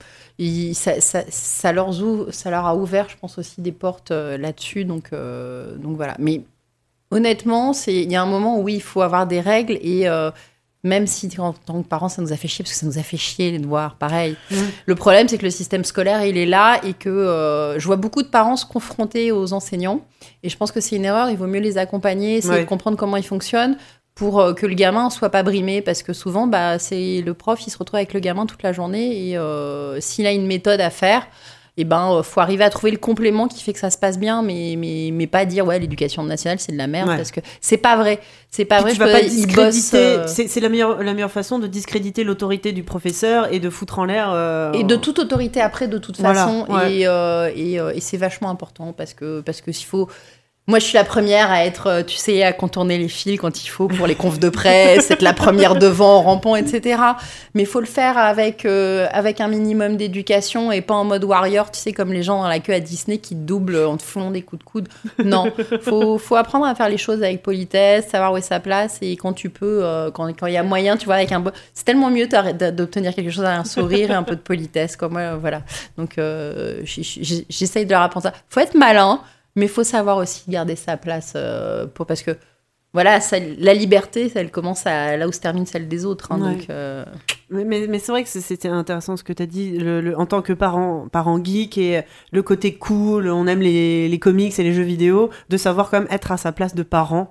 [SPEAKER 3] ça leur a ouvert, je pense, aussi des portes là-dessus, donc voilà. Mais honnêtement, il y a un moment où il faut avoir des règles, et même si en tant que parents ça nous a fait chier, parce que ça nous a fait chier les devoirs, pareil. Le problème, c'est que le système scolaire, il est là, et que je vois beaucoup de parents se confronter aux enseignants, et je pense que c'est une erreur. Il vaut mieux les accompagner, essayer de comprendre comment ils fonctionnent, pour que le gamin soit pas brimé, parce que souvent, c'est le prof, il se retrouve avec le gamin toute la journée, et s'il a une méthode à faire, faut arriver à trouver le complément qui fait que ça se passe bien, mais pas dire l'éducation nationale c'est de la merde, parce que c'est pas vrai. C'est pas vrai.
[SPEAKER 1] Tu vas pas discréditer. C'est la meilleure façon de discréditer l'autorité du professeur et de foutre en l'air.
[SPEAKER 3] Et de toute autorité après, de toute façon. Et c'est vachement important, parce que s'il faut. Moi, je suis la première à être, tu sais, à contourner les fils quand il faut pour les confs de presse, être la première devant en rampant, etc. Mais il faut le faire avec un minimum d'éducation, et pas en mode warrior, tu sais, comme les gens dans la queue à Disney qui te doublent en te foulant des coups de coude. Non, faut apprendre à faire les choses avec politesse, savoir où est sa place, et quand tu peux, quand il y a moyen, tu vois, c'est tellement mieux d'obtenir quelque chose avec un sourire et un peu de politesse, quoi. Moi, voilà. Donc, j'essaye de leur apprendre ça. Faut être malin, mais il faut savoir aussi garder sa place, parce que voilà, la liberté, elle commence là où se termine celle des autres. Donc,
[SPEAKER 1] mais c'est vrai que c'était intéressant ce que tu as dit, en tant que parent geek, et le côté cool, on aime les comics et les jeux vidéo, de savoir quand même être à sa place de parent.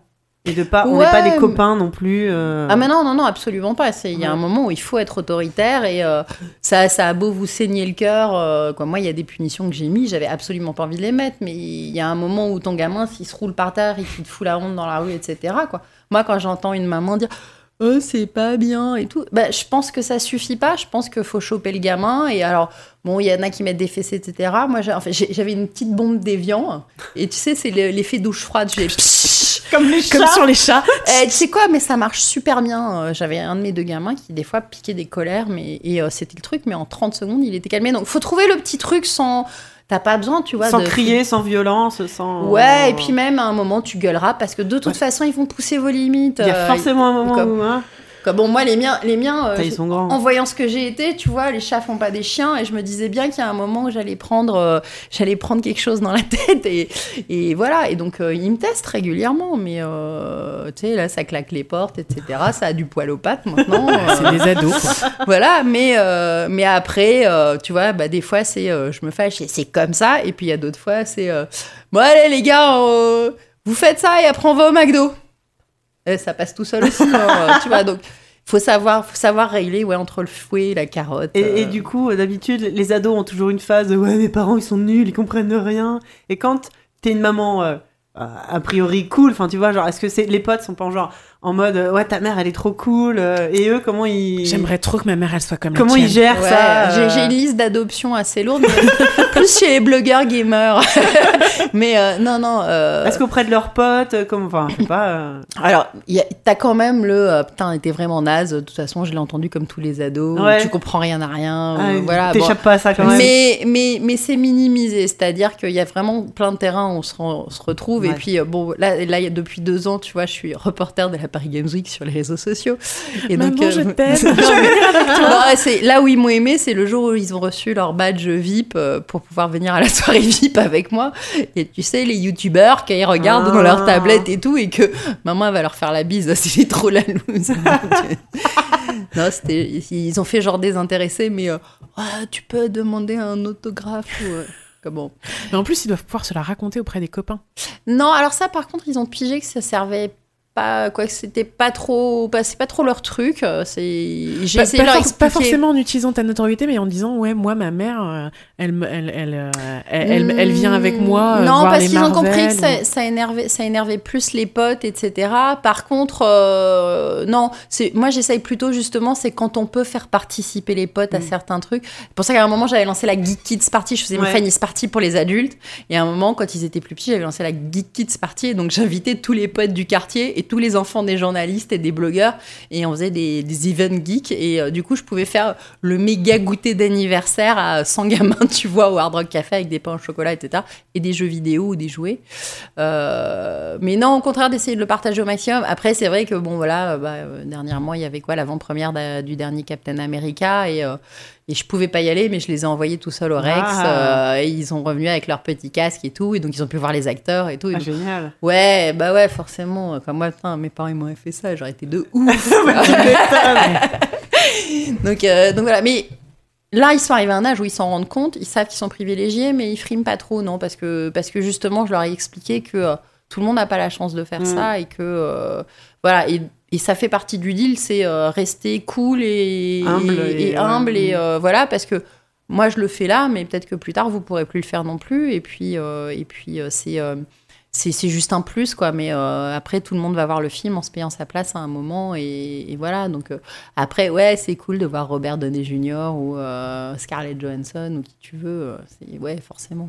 [SPEAKER 1] Et on n'est pas des copains non plus.
[SPEAKER 3] Ah mais non, absolument pas. Il y a un moment où il faut être autoritaire et ça a beau vous saigner le cœur. Moi, il y a des punitions que j'ai mis, j'avais absolument pas envie de les mettre, mais il y a un moment où ton gamin, s'il se roule par terre, il te fout la honte dans la rue, etc. Moi, quand j'entends une maman dire « Oh, c'est pas bien » et tout, je pense que ça suffit pas. Je pense qu'il faut choper le gamin. Et alors, bon, il y en a qui mettent des fessées, etc. Moi, j'avais une petite bombe d'évian. Et tu sais, c'est l'effet douche froide.
[SPEAKER 1] Comme sur les chats.
[SPEAKER 3] Tu sais quoi, mais ça marche super bien. J'avais un de mes 2 gamins qui, des fois, piquait des colères. Et c'était le truc, mais en 30 secondes, il était calmé. Donc, il faut trouver le petit truc sans... T'as pas besoin, tu vois.
[SPEAKER 1] Sans crier, sans violence, sans...
[SPEAKER 3] Ouais, et puis même, à un moment, tu gueuleras parce que de toute façon, ils vont pousser vos limites.
[SPEAKER 1] Il y a forcément un moment où...
[SPEAKER 3] Bon, moi, les miens
[SPEAKER 1] ils sont grands.
[SPEAKER 3] En voyant ce que j'ai été, tu vois, les chats font pas des chiens, et je me disais bien qu'il y a un moment où j'allais prendre quelque chose dans la tête, et voilà. Et donc, ils me testent régulièrement, mais tu sais, là, ça claque les portes, etc. Ça a du poil aux pattes maintenant.
[SPEAKER 2] C'est des ados, quoi.
[SPEAKER 3] Voilà, mais après, tu vois, des fois, c'est je me fâche, et c'est comme ça, et puis il y a d'autres fois, c'est bon, allez, les gars, vous faites ça, et après, on va au McDo. Et ça passe tout seul aussi, tu vois, donc faut savoir régler entre le fouet et la carotte.
[SPEAKER 1] Et du coup, d'habitude, les ados ont toujours une phase de « Ouais, mes parents, ils sont nuls, ils comprennent rien ». Et quand t'es une maman a priori cool, enfin, tu vois, genre, est-ce que les potes sont pas en mode « Ouais, ta mère, elle est trop cool ». Et eux, comment ils...
[SPEAKER 2] J'aimerais trop que ma mère, elle soit comme
[SPEAKER 1] comment ils gèrent ça
[SPEAKER 3] J'ai une liste d'adoption assez lourde, plus chez les blogueurs gamers. Mais non.
[SPEAKER 1] Est-ce qu'auprès de leurs potes, enfin, je sais pas...
[SPEAKER 3] Alors, t'as quand même putain, t'es vraiment naze. De toute façon, je l'ai entendu comme tous les ados.
[SPEAKER 1] Ouais.
[SPEAKER 3] Tu comprends rien à rien. Voilà.
[SPEAKER 1] T'échappes pas à ça quand même.
[SPEAKER 3] Mais c'est minimisé. C'est-à-dire qu'il y a vraiment plein de terrains où on se retrouve. Ouais. Et puis, là, depuis 2 ans, tu vois, je suis reporter de la Paris Games Week sur les réseaux sociaux. Et
[SPEAKER 2] Maman,
[SPEAKER 3] donc,
[SPEAKER 2] je t'aime.
[SPEAKER 3] C'est là où ils m'ont aimé, c'est le jour où ils ont reçu leur badge VIP pour pouvoir venir à la soirée VIP avec moi. Et tu sais, les youtubeurs, quand ils regardent dans leur tablette et tout, et que maman va leur faire la bise, c'est trop la loose. Non, ils ont fait genre désintéressés, mais tu peux demander un autographe ou... Comment...
[SPEAKER 2] Mais en plus, ils doivent pouvoir se la raconter auprès des copains.
[SPEAKER 3] Non, alors ça, par contre, ils ont pigé que ça servait pas, que c'était pas trop, c'est pas trop leur truc. J'ai essayé de leur expliquer.
[SPEAKER 2] Pas forcément en utilisant ta notoriété, mais en disant ouais, moi ma mère, elle vient avec moi.
[SPEAKER 3] Non,
[SPEAKER 2] voir
[SPEAKER 3] parce
[SPEAKER 2] les
[SPEAKER 3] qu'ils
[SPEAKER 2] Marvel,
[SPEAKER 3] ont compris que ça énervait plus les potes, etc. Par contre, non, moi j'essaye plutôt justement, c'est quand on peut faire participer les potes à certains trucs. C'est pour ça qu'à un moment j'avais lancé la Geek Kids Party, je faisais une Fanny's Party pour les adultes. Et à un moment, quand ils étaient plus petits, j'avais lancé la Geek Kids Party, et donc j'invitais tous les potes du quartier et tous les enfants des journalistes et des blogueurs, et on faisait des events geeks, et du coup je pouvais faire le méga goûter d'anniversaire à 100 gamins, tu vois, au Hard Rock Café avec des pains au chocolat, etc., et des jeux vidéo ou des jouets. Mais non, au contraire, d'essayer de le partager au maximum. Après, c'est vrai que bon, voilà, dernièrement il y avait l'avant-première du dernier Captain America, et je pouvais pas y aller, mais je les ai envoyés tout seuls au Rex. Et ils sont revenus avec leur petit casque et tout, et donc ils ont pu voir les acteurs et tout. Et
[SPEAKER 1] génial.
[SPEAKER 3] Ouais, forcément. Comme moi, mes parents ils m'auraient fait ça, j'aurais été de ouf. donc voilà. Mais là, ils sont arrivés à un âge où ils s'en rendent compte, ils savent qu'ils sont privilégiés, mais ils friment pas trop, non, parce que justement, je leur ai expliqué que tout le monde n'a pas la chance de faire ça, et que voilà. Et ça fait partie du deal, c'est rester cool et humble, et voilà, parce que moi je le fais là, mais peut-être que plus tard vous pourrez plus le faire non plus, et puis c'est juste un plus, quoi. Mais après tout le monde va voir le film en se payant sa place à un moment, et voilà. Donc après, ouais, c'est cool de voir Robert Downey Jr. ou Scarlett Johansson ou qui tu veux, ouais, forcément.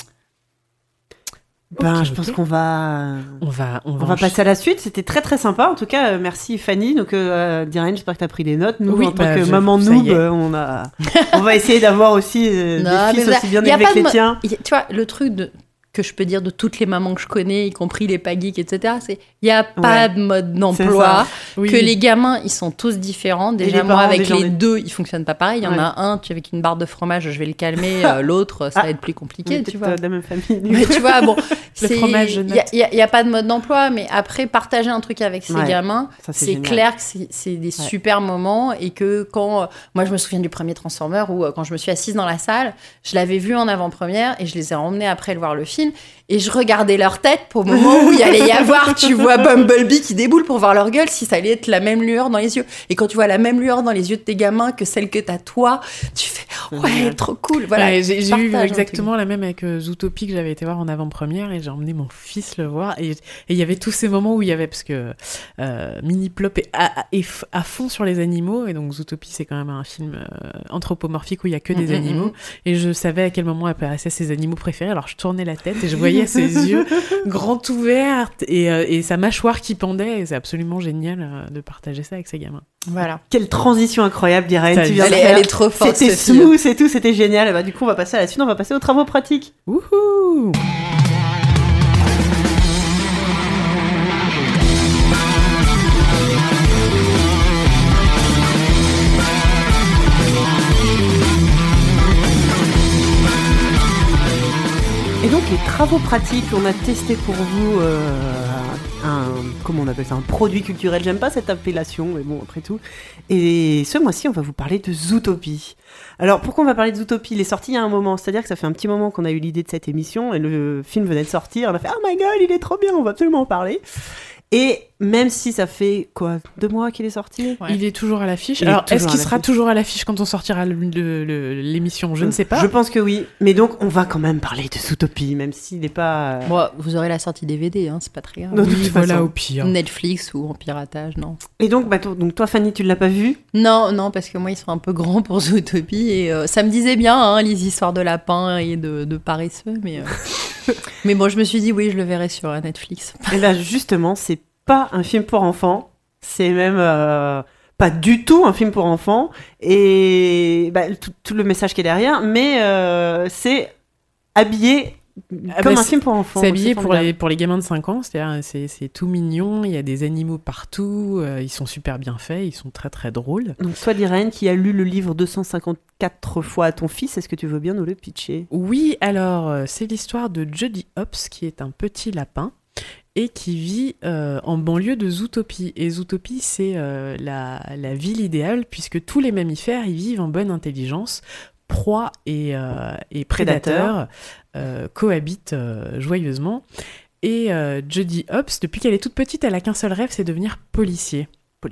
[SPEAKER 1] Je pense qu'on va passer à la suite. C'était très très sympa. En tout cas, merci Fanny. Donc, Diren, j'espère que tu as pris des notes. Nous, en tant que maman noob, on va essayer d'avoir aussi des fils aussi bien élevés que les tiens.
[SPEAKER 3] Tu vois, le truc que je peux dire de toutes les mamans que je connais, y compris les pas geeks, etc., c'est il n'y a pas de mode d'emploi, que les gamins, ils sont tous différents. Déjà, moi, avec les deux, ils ne fonctionnent pas pareil. Il y en a un, avec une barre de fromage, je vais le calmer. L'autre, ça va être plus compliqué, tu vois.
[SPEAKER 1] De la même famille.
[SPEAKER 3] Mais tu vois, bon,
[SPEAKER 2] le fromage, je note.
[SPEAKER 3] Il n'y a pas de mode d'emploi, mais après, partager un truc avec ces gamins, c'est clair que c'est des super moments, et que quand... moi, je me souviens du premier Transformer où, quand je me suis assise dans la salle, je l'avais vu en avant-première, et je les ai emmenés après le voir le film. Et je regardais leur tête pour le moment où il allait y avoir, tu vois, Bumblebee qui déboule pour voir leur gueule, si ça allait être la même lueur dans les yeux. Et quand tu vois la même lueur dans les yeux de tes gamins que celle que t'as toi, tu fais ouais, trop cool. Voilà.
[SPEAKER 2] Ouais, j'ai eu exactement la même avec Zootopie que j'avais été voir en avant-première et j'ai emmené mon fils le voir. Et il y avait tous ces moments où il y avait, parce que Mini Plop est à fond sur les animaux. Et donc Zootopie, c'est quand même un film anthropomorphique où il y a que des animaux. Et je savais à quel moment apparaissaient ses animaux préférés. Alors je tournais la tête et je voyais ses yeux grands ouverts et sa mâchoire qui pendait. Et c'est absolument génial de partager ça avec ses gamins.
[SPEAKER 3] Voilà.
[SPEAKER 1] Quelle transition incroyable, Irène.
[SPEAKER 3] Elle est trop forte.
[SPEAKER 1] C'était smooth et tout, c'était génial. Et bah, du coup, on va passer à la suite, on va passer aux travaux pratiques.
[SPEAKER 2] Wouhou!
[SPEAKER 1] Et donc les travaux pratiques, on a testé pour vous comment on appelle ça, un produit culturel. J'aime pas cette appellation, mais bon, après tout. Et ce mois-ci, on va vous parler de Zootopie. Alors pourquoi on va parler de Zootopie ? Il est sorti il y a un moment, c'est-à-dire que ça fait un petit moment qu'on a eu l'idée de cette émission et le film venait de sortir. On a fait oh my god, il est trop bien, on va absolument en parler. Et même si ça fait, 2 mois qu'il est sorti ?
[SPEAKER 2] Ouais. Il est toujours à l'affiche. Alors, est-ce qu'il sera toujours à l'affiche quand on sortira l'émission ? Je ne sais pas.
[SPEAKER 1] Je pense que oui. Mais donc, on va quand même parler de Zootopie, même s'il n'est pas...
[SPEAKER 3] Bon, vous aurez la sortie DVD, hein, c'est pas très grave.
[SPEAKER 2] Non, oui, voilà, au pire.
[SPEAKER 3] Netflix ou en piratage, non.
[SPEAKER 1] Et donc, donc toi, Fanny, tu ne l'as pas vu ?
[SPEAKER 3] Non, parce que moi, ils sont un peu grands pour Zootopie. Et ça me disait bien, hein, les histoires de lapins et de paresseux. Mais bon, je me suis dit, oui, je le verrai sur Netflix.
[SPEAKER 1] Et là, justement, c'est pas un film pour enfants, c'est même pas du tout un film pour enfants, et tout le message qui est derrière, mais c'est habillé comme un film pour enfants.
[SPEAKER 2] C'est habillé pour les gamins de 5 ans, c'est-à-dire c'est tout mignon, il y a des animaux partout, ils sont super bien faits, ils sont très très drôles.
[SPEAKER 1] Donc toi, Irène, qui a lu le livre 254 fois à ton fils, est-ce que tu veux bien nous le pitcher ?
[SPEAKER 2] Oui, alors c'est l'histoire de Jody Hopps, qui est un petit lapin, et qui vit en banlieue de Zootopie. Et Zootopie, c'est la ville idéale, puisque tous les mammifères y vivent en bonne intelligence. Proies et prédateurs cohabitent joyeusement. Et Jody Hopps, depuis qu'elle est toute petite, elle a qu'un seul rêve, c'est devenir policière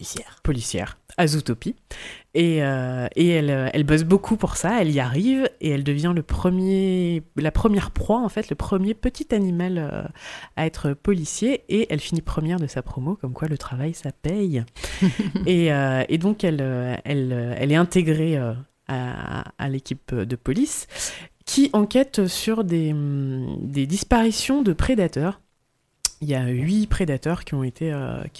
[SPEAKER 2] à Zootopie. Et elle bosse beaucoup pour ça, elle y arrive, et elle devient la première proie, en fait, le premier petit animal à être policier, et elle finit première de sa promo, comme quoi le travail, ça paye. et donc, elle est intégrée à l'équipe de police, qui enquête sur des disparitions de prédateurs. Il y a 8 prédateurs qui ont été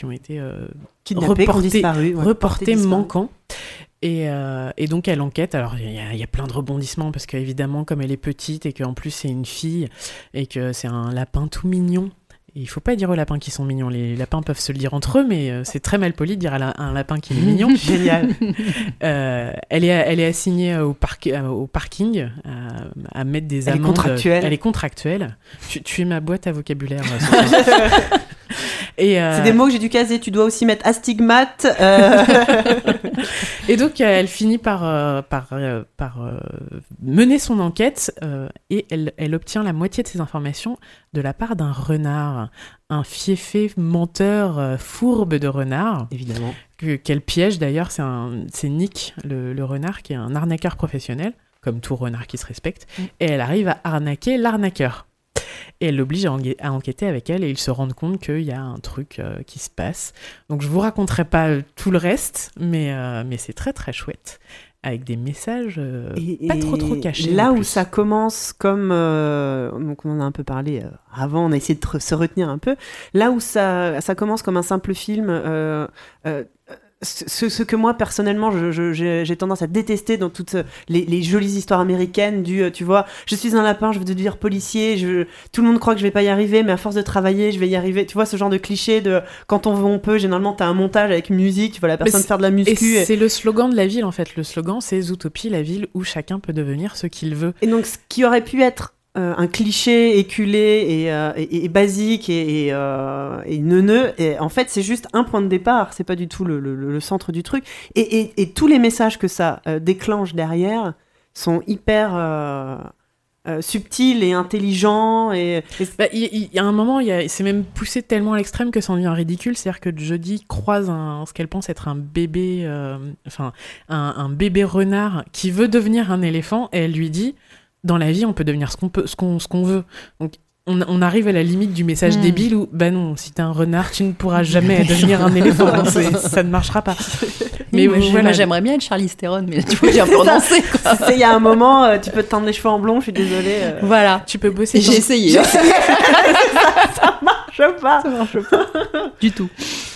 [SPEAKER 2] reportés manquants. Et donc elle enquête. Alors il y a plein de rebondissements parce qu'évidemment, comme elle est petite et qu'en plus c'est une fille et que c'est un lapin tout mignon. Et il faut pas dire aux lapins qui sont mignons. Les lapins peuvent se le dire entre eux, mais c'est très mal poli de dire à un lapin qui est mignon.
[SPEAKER 1] Génial.
[SPEAKER 2] Elle est assignée au parking à mettre des amendes. Elle est contractuelle. Tu es ma boîte à vocabulaire.
[SPEAKER 1] C'est des mots que j'ai dû caser. Tu dois aussi mettre astigmate.
[SPEAKER 2] Et donc elle finit par mener son enquête et elle obtient la moitié de ses informations de la part d'un renard, un fiefé menteur fourbe de renard.
[SPEAKER 1] Évidemment.
[SPEAKER 2] Qu'elle piège d'ailleurs, c'est Nick, le renard, qui est un arnaqueur professionnel, comme tout renard qui se respecte, et elle arrive à arnaquer l'arnaqueur. Et elle l'oblige à enquêter avec elle, et ils se rendent compte qu'il y a un truc qui se passe. Donc je vous raconterai pas tout le reste, mais c'est très très chouette, avec des messages pas trop cachés.
[SPEAKER 1] Là où ça commence comme... donc on en a un peu parlé avant, on a essayé de se retenir un peu. Là où ça commence comme un simple film... Ce que moi personnellement j'ai tendance à détester dans toutes les jolies histoires américaines tu vois, je suis un lapin, je veux devenir policier, tout le monde croit que je vais pas y arriver, mais à force de travailler je vais y arriver, tu vois, ce genre de cliché de quand on veut on peut. Généralement t'as un montage avec musique, tu vois la personne faire de la muscu
[SPEAKER 2] c'est le slogan de la ville en fait. Le slogan c'est Zootopie, la ville où chacun peut devenir ce qu'il veut.
[SPEAKER 1] Et donc ce qui aurait pu être un cliché éculé et basique et neuneux, et en fait c'est juste un point de départ, c'est pas du tout le centre du truc, et tous les messages que ça déclenche derrière sont hyper subtil et intelligent. Il
[SPEAKER 2] y a un moment, c'est même poussé tellement à l'extrême que ça en devient ridicule. C'est-à-dire que Jodie croise ce qu'elle pense être un bébé, un bébé renard qui veut devenir un éléphant, et elle lui dit, dans la vie, on peut devenir ce qu'on veut. Donc, on arrive à la limite du message débile où, bah non, si t'es un renard, tu ne pourras jamais devenir un éléphant. Ça ne marchera pas.
[SPEAKER 3] Mais moi, j'aimerais bien être Charlize Theron, mais tu peux bien prononcer.
[SPEAKER 1] Il y a un moment, tu peux te teindre les cheveux en blond, je suis désolée.
[SPEAKER 2] Voilà. Tu peux bosser.
[SPEAKER 3] J'ai essayé.
[SPEAKER 1] Ça marche pas.
[SPEAKER 3] Ça marche pas. Du tout.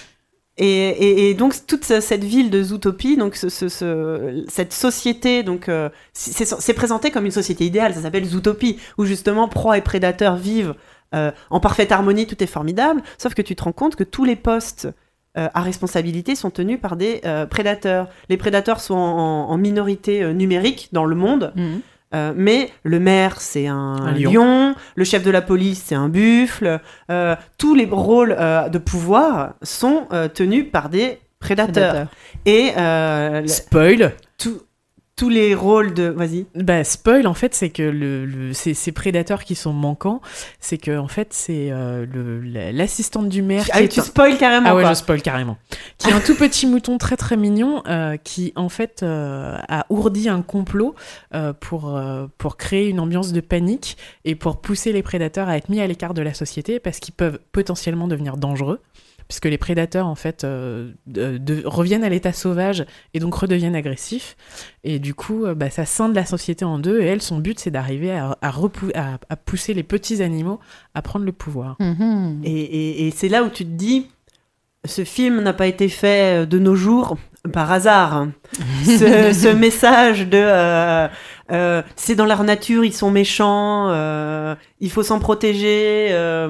[SPEAKER 1] Et donc toute cette ville de Zootopie, donc cette société, donc c'est présenté comme une société idéale, ça s'appelle Zootopie, où justement proie et prédateurs vivent en parfaite harmonie, tout est formidable, sauf que tu te rends compte que tous les postes à responsabilité sont tenus par des prédateurs. Les prédateurs sont en minorité numérique dans le monde. Mais le maire, c'est un lion, le chef de la police, c'est un buffle. Tous les rôles de pouvoir sont tenus par des prédateurs. Et
[SPEAKER 2] spoil.
[SPEAKER 1] Tous les rôles de... Vas-y.
[SPEAKER 2] Bah, spoil, en fait, c'est que ces prédateurs qui sont manquants, c'est que, en fait, c'est l'assistante du maire...
[SPEAKER 1] Ah oui, tu spoil carrément,
[SPEAKER 2] Ah ouais,
[SPEAKER 1] quoi.
[SPEAKER 2] je spoil carrément. Qui est un tout petit mouton très très mignon, qui, en fait, a ourdi un complot pour créer une ambiance de panique et pour pousser les prédateurs à être mis à l'écart de la société parce qu'ils peuvent potentiellement devenir dangereux. Puisque les prédateurs, en fait, reviennent à l'état sauvage et donc redeviennent agressifs. Et du coup, ça scinde la société en deux. Et elle, son but, c'est d'arriver à pousser les petits animaux à prendre le pouvoir.
[SPEAKER 1] Et c'est là où tu te dis, ce film n'a pas été fait de nos jours par hasard. Ce message de... c'est dans leur nature, ils sont méchants, il faut s'en protéger.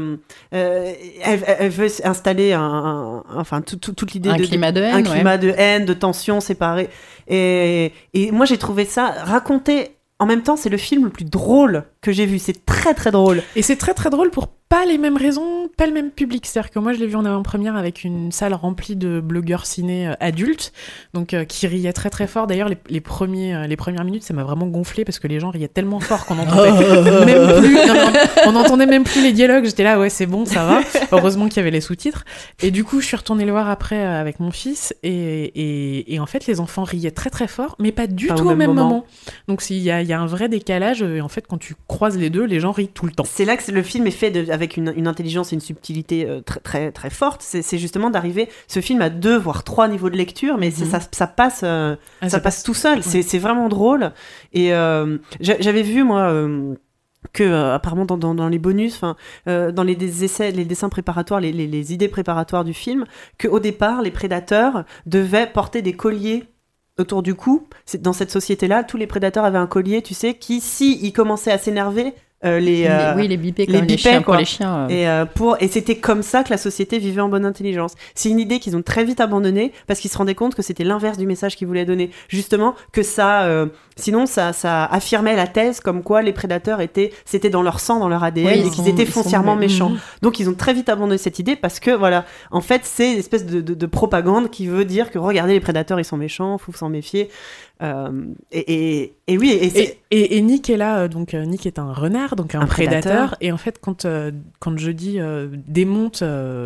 [SPEAKER 1] Elle veut installer toute l'idée
[SPEAKER 3] un climat de haine,
[SPEAKER 1] climat de haine, de tension, séparée. Et moi, j'ai trouvé ça raconté. En même temps, c'est le film le plus drôle que j'ai vu. C'est très très drôle.
[SPEAKER 2] Et c'est très très drôle pour pas les mêmes raisons, pas le même public. C'est-à-dire que moi, je l'ai vu en avant-première avec une salle remplie de blogueurs ciné adultes, donc qui riaient très très fort. D'ailleurs, les premières minutes, ça m'a vraiment gonflé parce que les gens riaient tellement fort qu'on entendait même plus. On n'entendait même plus les dialogues. J'étais là, ouais, c'est bon, ça va. Heureusement qu'il y avait les sous-titres. Et du coup, je suis retournée le voir après avec mon fils, et en fait, les enfants riaient très très fort, mais pas du tout au même moment. Donc il y a un vrai décalage. Et en fait, quand tu croises les deux, les gens rient tout le temps.
[SPEAKER 1] C'est là que le film est fait avec une intelligence et une subtilité très, très, très forte. C'est justement d'arriver, ce film a 2 voire 3 niveaux de lecture, mais ça passe tout seul. Ouais. C'est vraiment drôle. Et j'avais vu, moi... que apparemment dans les bonus, dans les essais, les dessins préparatoires, les idées préparatoires du film, qu'au départ, les prédateurs devaient porter des colliers autour du cou. Dans cette société-là, tous les prédateurs avaient un collier, tu sais, qui, ils commençaient à s'énerver,
[SPEAKER 3] les bipaient comme les chiens, pour les chiens.
[SPEAKER 1] Et c'était comme ça que la société vivait en bonne intelligence. C'est une idée qu'ils ont très vite abandonnée parce qu'ils se rendaient compte que c'était l'inverse du message qu'ils voulaient donner. Justement, que sinon ça affirmait la thèse comme quoi les prédateurs c'était dans leur sang, dans leur ADN, et qu'ils étaient foncièrement méchants. Donc ils ont très vite abandonné cette idée parce que voilà, en fait c'est une espèce de propagande qui veut dire que regardez, les prédateurs ils sont méchants, faut s'en méfier. Et
[SPEAKER 2] Nick est là, donc Nick est un renard, donc un prédateur. Et en fait, quand Jodie démonte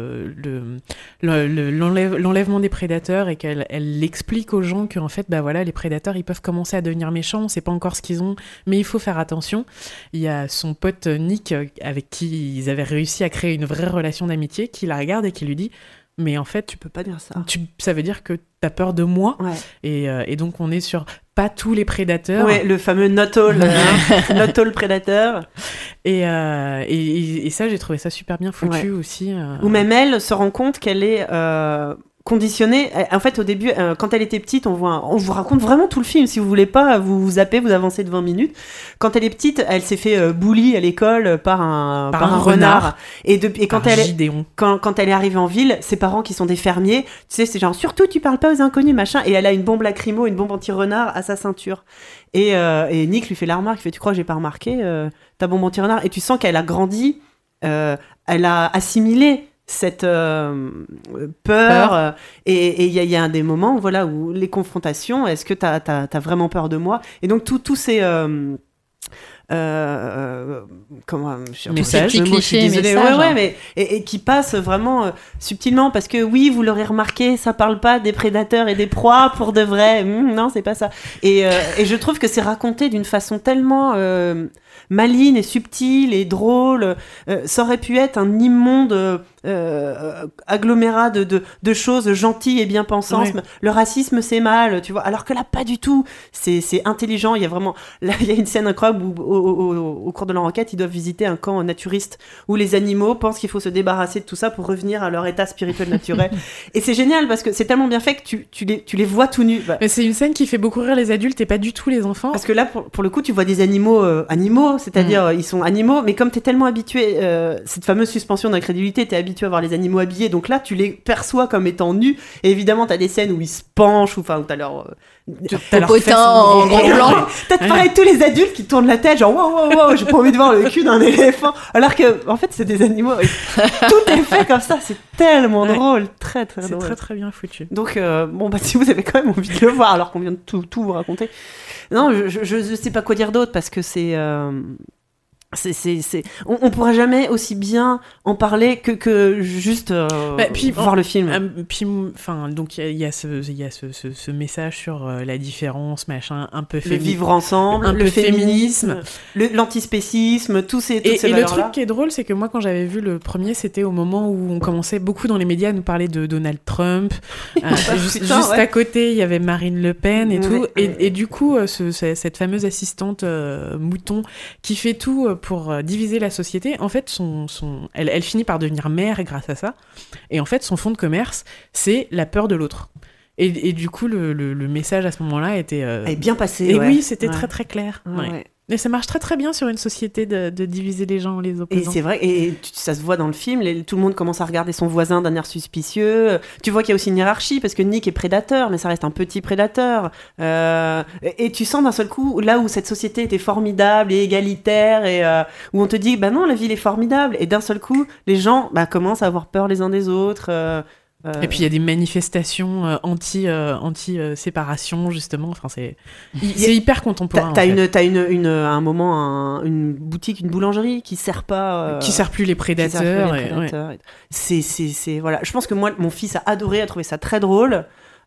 [SPEAKER 2] l'enlèvement des prédateurs et qu'elle explique aux gens que en fait, bah voilà, les prédateurs ils peuvent commencer à devenir méchants, on sait pas encore ce qu'ils ont, mais il faut faire attention. Il y a son pote Nick avec qui ils avaient réussi à créer une vraie relation d'amitié, qui la regarde et qui lui dit: mais en fait,
[SPEAKER 1] tu peux pas dire ça.
[SPEAKER 2] Ça veut dire que t'as peur de moi. Ouais. Et donc, on est sur pas tous les prédateurs.
[SPEAKER 1] Ouais, le fameux not all, not all prédateur.
[SPEAKER 2] Et ça, j'ai trouvé ça super bien foutu aussi.
[SPEAKER 1] Ou même elle se rend compte qu'elle est conditionnée. En fait, au début, quand elle était petite, on vous raconte vraiment tout le film. Si vous voulez pas, vous zappez, vous avancez de 20 minutes. Quand elle est petite, elle s'est fait bully à l'école par un renard. Et quand elle est arrivée en ville, ses parents qui sont des fermiers, tu sais, c'est genre surtout tu parles pas aux inconnus, machin. Et elle a une bombe lacrymo, une bombe anti-renard à sa ceinture. Et Nick lui fait la remarque, il fait: tu crois que j'ai pas remarqué ta bombe anti-renard? Et tu sens qu'elle a grandi, elle a assimilé cette peur. Et il y a des moments, voilà, où les confrontations, est-ce que t'as vraiment peur de moi? Et donc tous ces
[SPEAKER 2] message,
[SPEAKER 1] mais et qui passe vraiment subtilement, parce que oui, vous l'aurez remarqué, ça parle pas des prédateurs et des proies pour de vrai. Non, c'est pas ça. Et je trouve que c'est raconté d'une façon tellement maligne et subtile et drôle. Ça aurait pu être un immonde agglomérat de choses gentilles et bien pensantes. Ouais. Le racisme, c'est mal, tu vois. Alors que là, pas du tout. C'est intelligent. Il y a vraiment, là, il y a une scène incroyable où au cours de leur enquête, ils doivent visiter un camp naturiste où les animaux pensent qu'il faut se débarrasser de tout ça pour revenir à leur état spirituel naturel. Et c'est génial parce que c'est tellement bien fait que tu les vois tout nus.
[SPEAKER 2] Mais c'est une scène qui fait beaucoup rire les adultes et pas du tout les enfants.
[SPEAKER 1] Parce que là, pour le coup, tu vois des animaux, c'est-à-dire ils sont animaux, mais comme t'es tellement habitué, cette fameuse suspension d'incrédulité, t'es habitué à voir les animaux habillés, donc là, tu les perçois comme étant nus. Et évidemment, t'as des scènes où ils se penchent, ou où t'as leur
[SPEAKER 3] potin en gros blanc.
[SPEAKER 1] Peut-être pareil, tous les adultes qui tournent la tête, genre wow, j'ai pas envie de voir le cul d'un éléphant. Alors que, en fait, c'est des animaux. Tout est fait comme ça, c'est tellement drôle, très très drôle.
[SPEAKER 2] C'est très très bien foutu.
[SPEAKER 1] Donc, si vous avez quand même envie de le voir, alors qu'on vient de tout vous raconter. Non, je sais pas quoi dire d'autre, parce que on pourra jamais aussi bien en parler que juste voir le film.
[SPEAKER 2] Donc il y a ce message sur la différence, machin, un peu
[SPEAKER 1] le vivre ensemble, le féminisme, l'antispécisme, toutes ces valeurs-là.
[SPEAKER 2] Et le truc qui est drôle, c'est que moi, quand j'avais vu le premier, c'était au moment où on commençait beaucoup dans les médias à nous parler de Donald Trump. Juste à côté, il y avait Marine Le Pen et tout. Et du coup, cette fameuse assistante mouton qui fait tout pour diviser la société, en fait, elle finit par devenir mère grâce à ça. Et en fait, son fonds de commerce, c'est la peur de l'autre. Et du coup, le message à ce moment-là était...
[SPEAKER 1] est bien passé.
[SPEAKER 2] Et oui, c'était très très clair.
[SPEAKER 1] Ouais.
[SPEAKER 2] Mais ça marche très très bien sur une société de diviser les gens, les opposants.
[SPEAKER 1] Et c'est vrai, et ça se voit dans le film, tout le monde commence à regarder son voisin d'un air suspicieux. Tu vois qu'il y a aussi une hiérarchie, parce que Nick est prédateur, mais ça reste un petit prédateur. Et tu sens d'un seul coup, là où cette société était formidable et égalitaire, et où on te dit, bah non, la ville est formidable. Et d'un seul coup, les gens commencent à avoir peur les uns des autres.
[SPEAKER 2] Et puis il y a des manifestations anti-séparation, justement. Enfin, c'est hyper contemporain.
[SPEAKER 1] T'as à un moment une boutique, une boulangerie qui sert pas.
[SPEAKER 2] Qui sert plus les prédateurs.
[SPEAKER 1] C'est voilà. Je pense que moi, mon fils a adoré, a trouvé ça très drôle.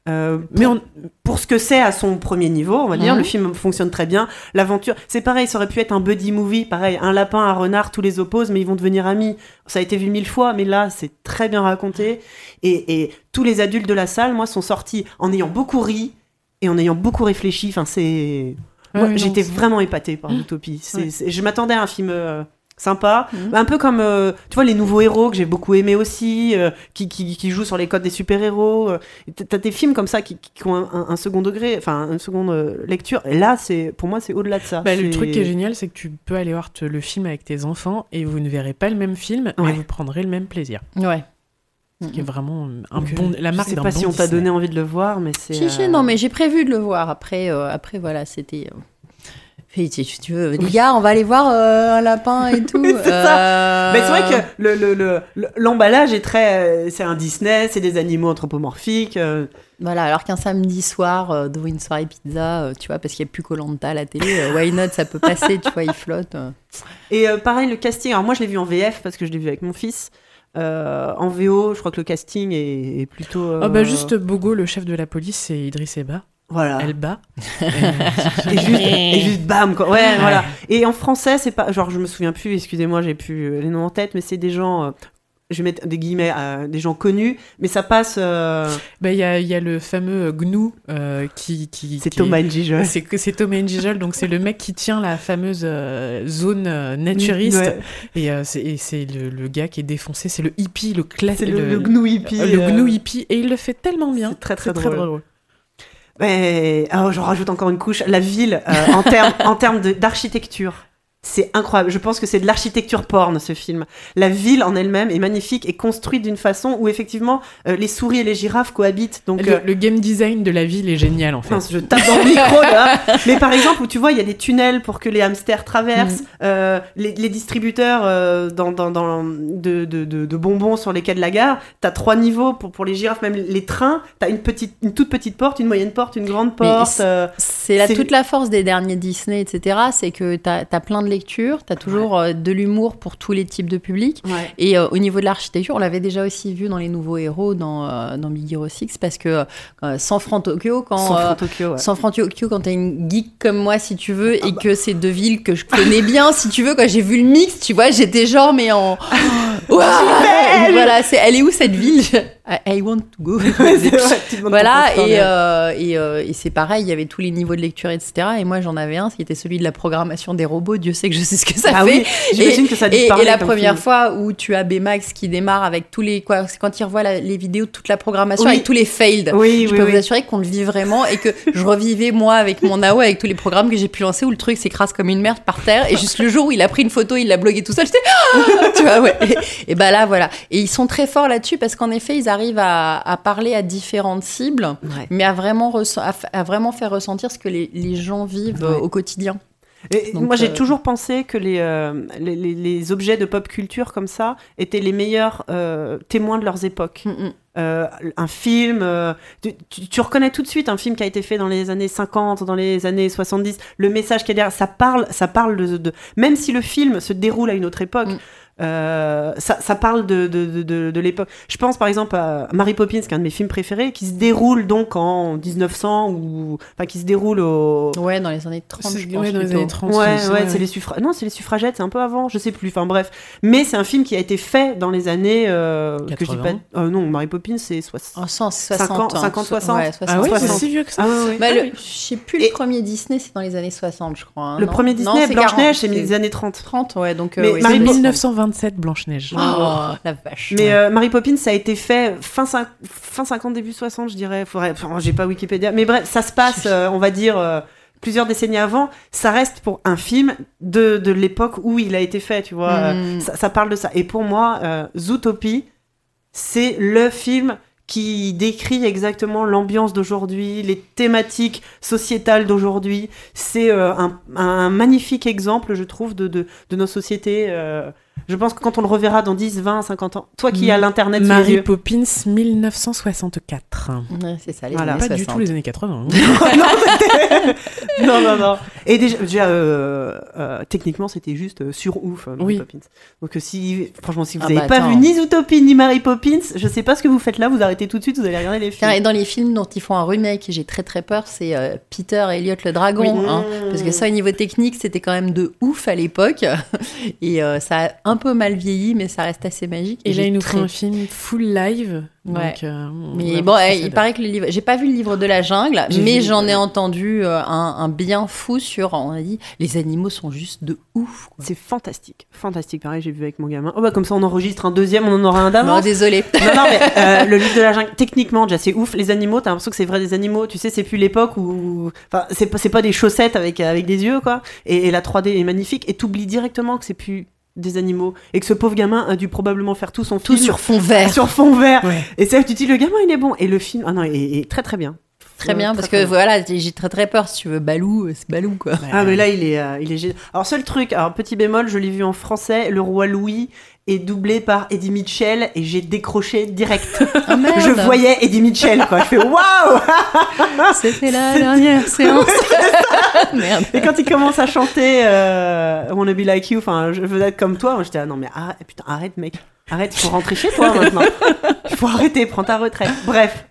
[SPEAKER 1] Pour ce que c'est à son premier niveau, on va dire, le film fonctionne très bien. L'aventure, c'est pareil, ça aurait pu être un buddy movie, pareil, un lapin, un renard, tous les opposent, mais ils vont devenir amis. Ça a été vu 1000 fois, mais là, c'est très bien raconté. Et tous les adultes de la salle, moi, sont sortis en ayant beaucoup ri et en ayant beaucoup réfléchi. Enfin, j'étais vraiment épatée par l'Utopie. Je m'attendais à un film sympa, un peu comme tu vois les nouveaux héros que j'ai beaucoup aimé aussi, qui jouent sur les codes des super-héros. T'as des films comme ça qui ont un second degré, enfin une seconde lecture, et là pour moi c'est au-delà de ça.
[SPEAKER 2] Le truc qui est génial, c'est que tu peux aller voir le film avec tes enfants et vous ne verrez pas le même film, mais vous prendrez le même plaisir.
[SPEAKER 3] Ouais.
[SPEAKER 2] Ce qui est vraiment la marque d'un bon
[SPEAKER 1] Disney. Je sais pas si on t'a donné envie de le voir, mais c'est...
[SPEAKER 3] Si, non, mais j'ai prévu de le voir. Après voilà, c'était... Si tu veux, les gars, on va aller voir un lapin et tout.
[SPEAKER 1] C'est ça. Mais c'est vrai que l'emballage est très... c'est un Disney, c'est des animaux anthropomorphiques.
[SPEAKER 3] Voilà, alors qu'un samedi soir, devant une soirée pizza, tu vois, parce qu'il n'y a plus Koh-Lanta à la télé, why not, ça peut passer, tu vois, il flotte.
[SPEAKER 1] Et pareil, le casting, alors moi je l'ai vu en VF parce que je l'ai vu avec mon fils. En VO, je crois que le casting est plutôt...
[SPEAKER 2] juste Bogo, le chef de la police, c'est Idriss Elba.
[SPEAKER 1] Voilà.
[SPEAKER 2] Elba.
[SPEAKER 1] et juste bam, quoi. Ouais, voilà. Et en français, c'est pas... Genre, je me souviens plus, excusez-moi, j'ai plus les noms en tête, mais c'est des gens... je vais mettre des guillemets, des gens connus, mais ça passe...
[SPEAKER 2] Il y a le fameux Gnou qui
[SPEAKER 1] c'est Thomas N'Gijol.
[SPEAKER 2] C'est Thomas N'Gijol, donc c'est le mec qui tient la fameuse zone naturiste. Ouais. Et c'est le gâ qui est défoncé, c'est le hippie, le classique.
[SPEAKER 1] C'est le Gnou hippie.
[SPEAKER 2] Le Gnou hippie, et il le fait tellement bien.
[SPEAKER 1] C'est très très drôle. Mais j'en rajoute encore une couche. La ville, en termes d'architecture, c'est incroyable. Je pense que c'est de l'architecture porn, ce film. La ville en elle-même est magnifique et construite d'une façon où effectivement les souris et les girafes cohabitent. Donc
[SPEAKER 2] le game design de la ville est génial en fait.
[SPEAKER 1] Je tape dans le micro là. Mais par exemple, où tu vois, il y a des tunnels pour que les hamsters traversent, les distributeurs de bonbons sur les quais de la gare. T'as 3 niveaux pour les girafes, même les trains. T'as une toute petite porte, une moyenne porte, une grande porte.
[SPEAKER 3] C'est toute la force des derniers Disney, etc. C'est que t'as plein de lecture, t'as toujours de l'humour pour tous les types de publics.
[SPEAKER 1] Ouais.
[SPEAKER 3] Et au niveau de l'architecture, on l'avait déjà aussi vu dans Les Nouveaux Héros, dans Big Hero 6, parce que San Fran Tokyo, San Fran Tokyo, quand t'es une geek comme moi, si tu veux, et que c'est deux villes que je connais bien, si tu veux, quand j'ai vu le mix, tu vois, j'étais genre, mais en... Voilà, elle est où cette ville? I want to go. Voilà, et c'est pareil, il y avait tous les niveaux de lecture, etc. Et moi, j'en avais un, c'était celui de la programmation des robots. Dieu sait que je sais ce que ça fait.
[SPEAKER 1] Oui, j'imagine que ça a dû te parler
[SPEAKER 3] et la
[SPEAKER 1] comme
[SPEAKER 3] première
[SPEAKER 1] film.
[SPEAKER 3] fois où tu as Baymax qui démarre avec tous les... c'est quand il revoit les vidéos de toute la programmation avec tous les failed. Je peux vous assurer qu'on le vit vraiment et que je revivais, moi, avec mon AO, avec tous les programmes que j'ai pu lancer où le truc s'écrase comme une merde par terre. Et juste le jour où il a pris une photo, il l'a blogué tout seul, j'étais... tu vois, ouais. Et bah là, voilà. Et ils sont très forts là-dessus parce qu'en effet, ils arrivent à parler à différentes cibles, mais à vraiment faire ressentir ce que les gens vivent au quotidien.
[SPEAKER 1] Et donc, moi, j'ai toujours pensé que les objets de pop culture comme ça étaient les meilleurs témoins de leurs époques. Un film, tu reconnais tout de suite un film qui a été fait dans les années 50, dans les années 70, le message qu'il y a derrière, ça parle de... Même si le film se déroule à une autre époque, ça parle de l'époque. Je pense par exemple à Mary Poppins, qui est un de mes films préférés, qui se déroule donc en 1900 enfin qui se déroule
[SPEAKER 3] dans les années 30, je pense.
[SPEAKER 2] Dans les années 30.
[SPEAKER 1] C'est les c'est les suffragettes, c'est un peu avant, je sais plus. Enfin bref, mais c'est un film qui a été fait dans les années que je dis pas. Non, Mary Poppins c'est 60.
[SPEAKER 3] 60.
[SPEAKER 1] 50, 60.
[SPEAKER 3] Ouais, 60.
[SPEAKER 2] Ah oui, c'est
[SPEAKER 1] 60.
[SPEAKER 2] si vieux que ça.
[SPEAKER 3] Je sais plus, le premier Disney, c'est dans les années 60, je crois.
[SPEAKER 1] Le premier Disney, Blanche-Neige, c'est les années 30.
[SPEAKER 3] 30, ouais. Donc,
[SPEAKER 1] mais
[SPEAKER 2] c'est 1927, Blanche-Neige.
[SPEAKER 3] Oh, la vache.
[SPEAKER 1] Mais Mary Poppins, ça a été fait fin 50, début 60, je dirais. J'ai pas Wikipédia. Mais bref, ça se passe, on va dire... plusieurs décennies avant, ça reste pour un film de l'époque où il a été fait, tu vois. Ça parle de ça. Et pour moi, Zootopie, c'est le film qui décrit exactement l'ambiance d'aujourd'hui, les thématiques sociétales d'aujourd'hui. C'est un magnifique exemple, je trouve, de nos sociétés. Je pense que quand on le reverra dans 10, 20, 50 ans, toi qui as l'internet sous les
[SPEAKER 2] Mary
[SPEAKER 1] yeux...
[SPEAKER 2] Poppins, 1964.
[SPEAKER 3] Ouais, c'est ça, les
[SPEAKER 2] voilà,
[SPEAKER 3] années
[SPEAKER 2] pas
[SPEAKER 3] 60.
[SPEAKER 2] du tout les années 80.
[SPEAKER 1] non. Et déjà techniquement, c'était juste sur ouf, Mary Poppins. Donc franchement, si vous n'avez pas vu ni Zootopie ni Mary Poppins, je sais pas ce que vous faites là, vous arrêtez tout de suite, vous allez regarder les films.
[SPEAKER 3] Et dans les films dont ils font un remake, j'ai très très peur, c'est Peter et Elliot le dragon. Parce que ça, au niveau technique, c'était quand même de ouf à l'époque. Et ça a un peu mal vieilli, mais ça reste assez magique.
[SPEAKER 2] Et là, ils nous font un film full live.
[SPEAKER 3] Ouais.
[SPEAKER 2] Donc,
[SPEAKER 3] mais bon, il paraît que le livre... J'ai pas vu le livre de la jungle, mais j'en ai entendu un bien fou sur... On a dit, les animaux sont juste de ouf. Quoi.
[SPEAKER 1] C'est fantastique. Fantastique. Pareil, j'ai vu avec mon gamin. Comme ça, on enregistre un deuxième, on en aura un d'avance.
[SPEAKER 3] Non, désolé.
[SPEAKER 1] non, mais le livre de la jungle, techniquement, déjà, c'est ouf. Les animaux, t'as l'impression que c'est vrai des animaux. Tu sais, c'est plus l'époque où... Enfin, c'est pas des chaussettes avec des yeux, quoi. Et la 3D est magnifique. Et t'oublies directement que c'est plus... des animaux et que ce pauvre gamin a dû probablement faire tout son film
[SPEAKER 3] sur fond vert
[SPEAKER 1] ouais. Et c'est là que tu te dis le gamin il est bon et le film est très très bien
[SPEAKER 3] parce que voilà, j'ai très très peur. Si tu veux Balou, c'est Balou quoi.
[SPEAKER 1] Mais là il est génial. Alors seul truc, petit bémol, je l'ai vu en français, le roi Louis est doublé par Eddie Mitchell et j'ai décroché direct.
[SPEAKER 3] Oh,
[SPEAKER 1] je voyais Eddie Mitchell quoi, je fais waouh.
[SPEAKER 3] C'était la dernière séance. Merde.
[SPEAKER 1] Et quand il commence à chanter Wanna Be Like You, enfin je veux être comme toi, moi j'étais non mais arrête mec, il faut rentrer chez toi maintenant, il faut arrêter, prends ta retraite. Bref.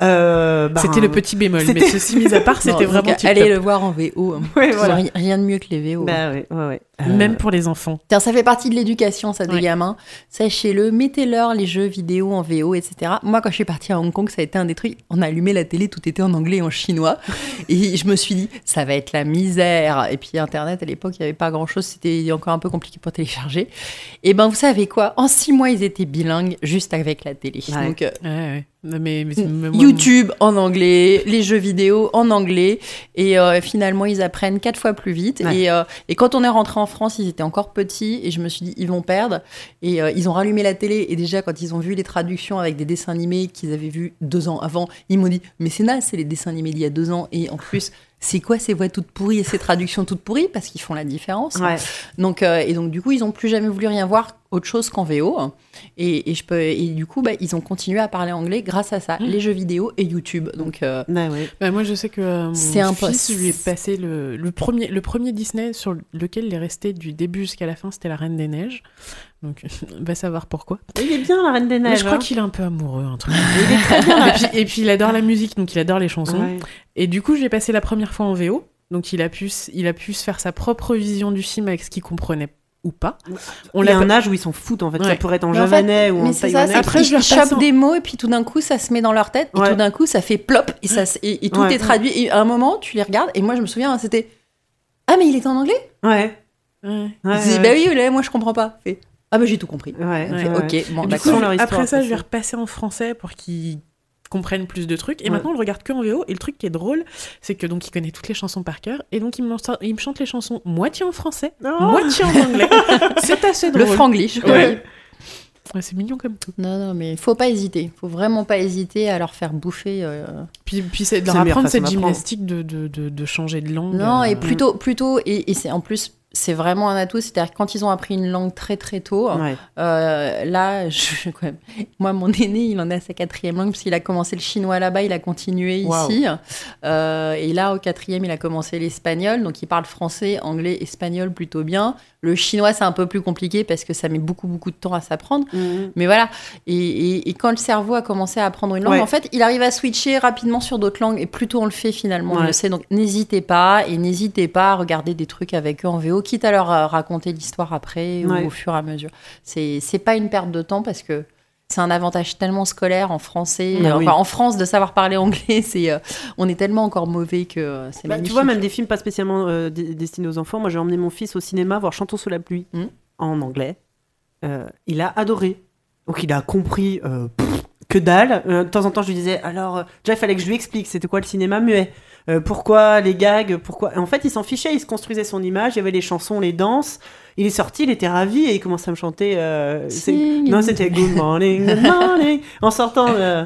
[SPEAKER 2] C'était le petit bémol, mais ceci mis à part, c'était vraiment tip-top.
[SPEAKER 3] Allez le voir en VO.
[SPEAKER 1] Ouais, voilà.
[SPEAKER 3] Rien de mieux que les VO.
[SPEAKER 1] Ouais.
[SPEAKER 2] Même pour les enfants.
[SPEAKER 3] Tiens, ça fait partie de l'éducation, ça, des gamins. Sachez-le, mettez-leur les jeux vidéo en VO, etc. Moi, quand je suis partie à Hong Kong, ça a été un des trucs. On a allumé la télé, tout était en anglais et en chinois. Et je me suis dit, ça va être la misère. Et puis, Internet, à l'époque, il n'y avait pas grand-chose. C'était encore un peu compliqué pour télécharger. Et ben, vous savez quoi ? En 6 mois, ils étaient bilingues juste avec la télé.
[SPEAKER 1] Ouais.
[SPEAKER 3] Donc,
[SPEAKER 2] mais
[SPEAKER 3] YouTube en anglais, les jeux vidéo en anglais. Et finalement, ils apprennent 4 fois plus vite. Ouais. Et quand on est rentré en France, ils étaient encore petits et je me suis dit, ils vont perdre. Et ils ont rallumé la télé et déjà, quand ils ont vu les traductions avec des dessins animés qu'ils avaient vus 2 ans avant, ils m'ont dit, mais c'est naze, c'est les dessins animés d'il y a 2 ans. Et en plus, c'est quoi ces voix toutes pourries et ces traductions toutes pourries, parce qu'ils font la différence.
[SPEAKER 1] Ouais.
[SPEAKER 3] Donc, et donc, du coup, ils n'ont plus jamais voulu rien voir autre chose qu'en VO. Et du coup, ils ont continué à parler anglais grâce à ça, les jeux vidéo et YouTube. Donc,
[SPEAKER 2] moi, je sais que
[SPEAKER 3] c'est un
[SPEAKER 2] fils, je lui ai passé le premier Disney sur lequel il est resté du début jusqu'à la fin, c'était La Reine des Neiges. Donc, va savoir pourquoi.
[SPEAKER 1] Il est bien, La Reine des Neiges.
[SPEAKER 2] Mais je crois qu'il est un peu amoureux, un truc. Il est très bien. et puis, il adore la musique, donc il adore les chansons. Ouais. Et du coup, je l'ai passé la première fois en VO. Donc, il a pu se faire sa propre vision du film avec ce qu'il comprenait ou pas.
[SPEAKER 1] Il y a un âge où ils s'en foutent, en fait. Ouais. Ça pourrait être en javanais ou en taïwanais.
[SPEAKER 3] Après, je chope des mots et puis tout d'un coup, ça se met dans leur tête. Et tout d'un coup, ça fait plop et tout est traduit. Et à un moment, tu les regardes. Et moi, je me souviens, c'était... Ah, mais il était en anglais ?
[SPEAKER 1] Ouais.
[SPEAKER 3] Ils disent, bah oui, moi, je comprends pas. Ah, bah j'ai tout compris. Ok, bon,
[SPEAKER 2] d'accord. Après ça, je vais repasser en français pour qu'ils comprennent plus de trucs. Et maintenant, on le regarde que en VO. Et le truc qui est drôle, c'est que donc il connaît toutes les chansons par cœur. Et donc, il me chante les chansons moitié en français, moitié en anglais. C'est assez drôle.
[SPEAKER 3] Le franglish.
[SPEAKER 2] Ouais, c'est mignon comme tout.
[SPEAKER 3] Non, mais faut pas hésiter. Faut vraiment pas hésiter à leur faire bouffer.
[SPEAKER 2] Puis c'est de leur apprendre cette gymnastique de changer de langue.
[SPEAKER 3] Non, et plutôt, et c'est en plus... C'est vraiment un atout, c'est-à-dire que quand ils ont appris une langue très très tôt, là, moi mon aîné, il en est à sa 4e langue, parce qu'il a commencé le chinois là-bas, il a continué ici, et là au 4e, il a commencé l'espagnol, donc il parle français, anglais, espagnol plutôt bien. Le chinois, c'est un peu plus compliqué parce que ça met beaucoup de temps à s'apprendre, mais voilà, et quand le cerveau a commencé à apprendre une langue, en fait, il arrive à switcher rapidement sur d'autres langues, et plus tôt on le fait finalement, on le sait, donc n'hésitez pas à regarder des trucs avec eux en VO, quitte à leur raconter l'histoire après ou au fur et à mesure. C'est pas une perte de temps parce que c'est un avantage tellement scolaire en français. En France, de savoir parler anglais, on est tellement encore mauvais que c'est magnifique.
[SPEAKER 1] Tu vois, même des films pas spécialement destinés aux enfants. Moi, j'ai emmené mon fils au cinéma voir Chantons sous la pluie en anglais. Il a adoré. Donc, il a compris que dalle. De temps en temps, je lui disais, alors, déjà, il fallait que je lui explique c'était quoi le cinéma muet. Pourquoi les gags, pourquoi... En fait, il s'en fichait, il se construisait son image, il y avait les chansons, les danses. Il est sorti, il était ravi et il commençait à me chanter. Non, c'était Good Morning, en sortant.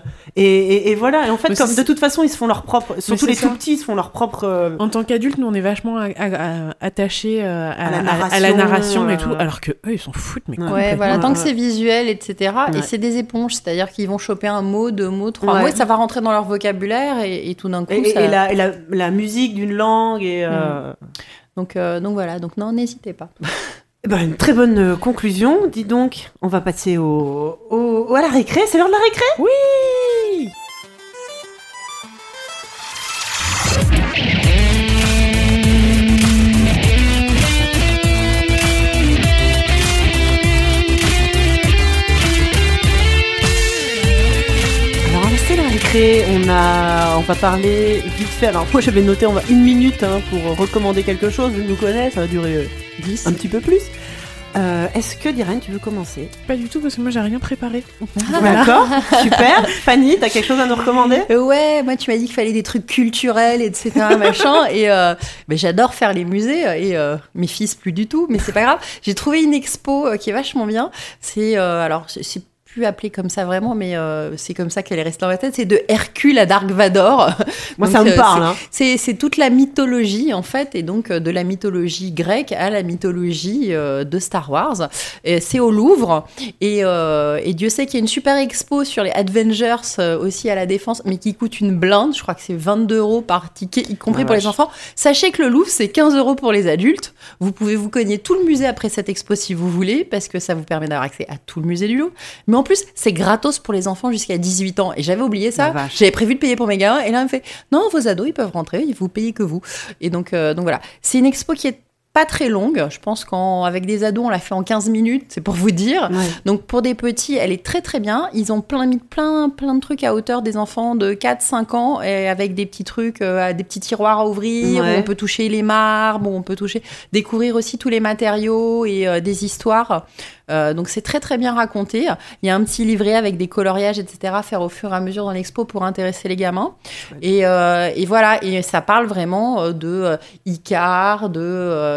[SPEAKER 1] Et voilà. Et en fait, de toute façon, ils se font leur propre. Surtout les tout petits, ils se font leur propre.
[SPEAKER 2] En tant qu'adultes, nous, on est vachement attachés à la narration et tout, alors que eux, ils s'en foutent. Mais
[SPEAKER 3] voilà. Tant que c'est visuel, etc. Et c'est des éponges, c'est-à-dire qu'ils vont choper un mot, 2 mots, 3 mots, et ça va rentrer dans leur vocabulaire et tout d'un coup.
[SPEAKER 1] Et la musique d'une langue et.
[SPEAKER 3] Donc voilà. Donc non, n'hésitez pas.
[SPEAKER 1] Une très bonne conclusion. Dis donc, on va passer à la récré. C'est l'heure de la récré ?
[SPEAKER 2] Oui.
[SPEAKER 1] Alors, c'est la récré. On va parler vite fait. Alors, moi, j'avais noté, on va 1 minute pour recommander quelque chose. Je nous connais, ça va durer 10, un petit peu plus. Est-ce que, Diren, tu veux commencer ?
[SPEAKER 2] Pas du tout, parce que moi, j'ai rien préparé.
[SPEAKER 1] D'accord, super. Fanny, t'as quelque chose à nous recommander ?
[SPEAKER 3] Ouais, moi, tu m'as dit qu'il fallait des trucs culturels, etc., machin. Et j'adore faire les musées. Et mes fils, plus du tout, mais c'est pas grave. J'ai trouvé une expo qui est vachement bien. C'est plus appelée comme ça vraiment, mais c'est comme ça qu'elle est restée dans ma tête. C'est de Hercule à Dark Vador.
[SPEAKER 1] Moi, donc, ça me parle.
[SPEAKER 3] C'est toute la mythologie, en fait, et donc de la mythologie grecque à la mythologie de Star Wars. C'est au Louvre, et Dieu sait qu'il y a une super expo sur les Avengers aussi à la Défense, mais qui coûte une blinde. Je crois que c'est 22 € par ticket, y compris pour les enfants. Sachez que le Louvre, c'est 15 € pour les adultes. Vous pouvez vous cogner tout le musée après cette expo si vous voulez, parce que ça vous permet d'avoir accès à tout le musée du Louvre. Mais en plus, c'est gratos pour les enfants jusqu'à 18 ans. Et j'avais oublié ça. J'avais prévu de payer pour mes gamins. Et là, elle me fait « Non, vos ados, ils peuvent rentrer. Vous payez que vous. » Et donc voilà. C'est une expo qui est pas très longue. Je pense qu'avec des ados, on l'a fait en 15 minutes. C'est pour vous dire. Ouais. Donc, pour des petits, elle est très, très bien. Ils ont plein de trucs à hauteur des enfants de 4-5 ans, et avec des petits trucs, des petits tiroirs à ouvrir, où on peut toucher les marbres, où on peut découvrir aussi tous les matériaux et des histoires. Donc c'est très très bien raconté. Il y a un petit livret avec des coloriages, etc. à faire au fur et à mesure dans l'expo pour intéresser les gamins. Et voilà, et ça parle vraiment de Icare, de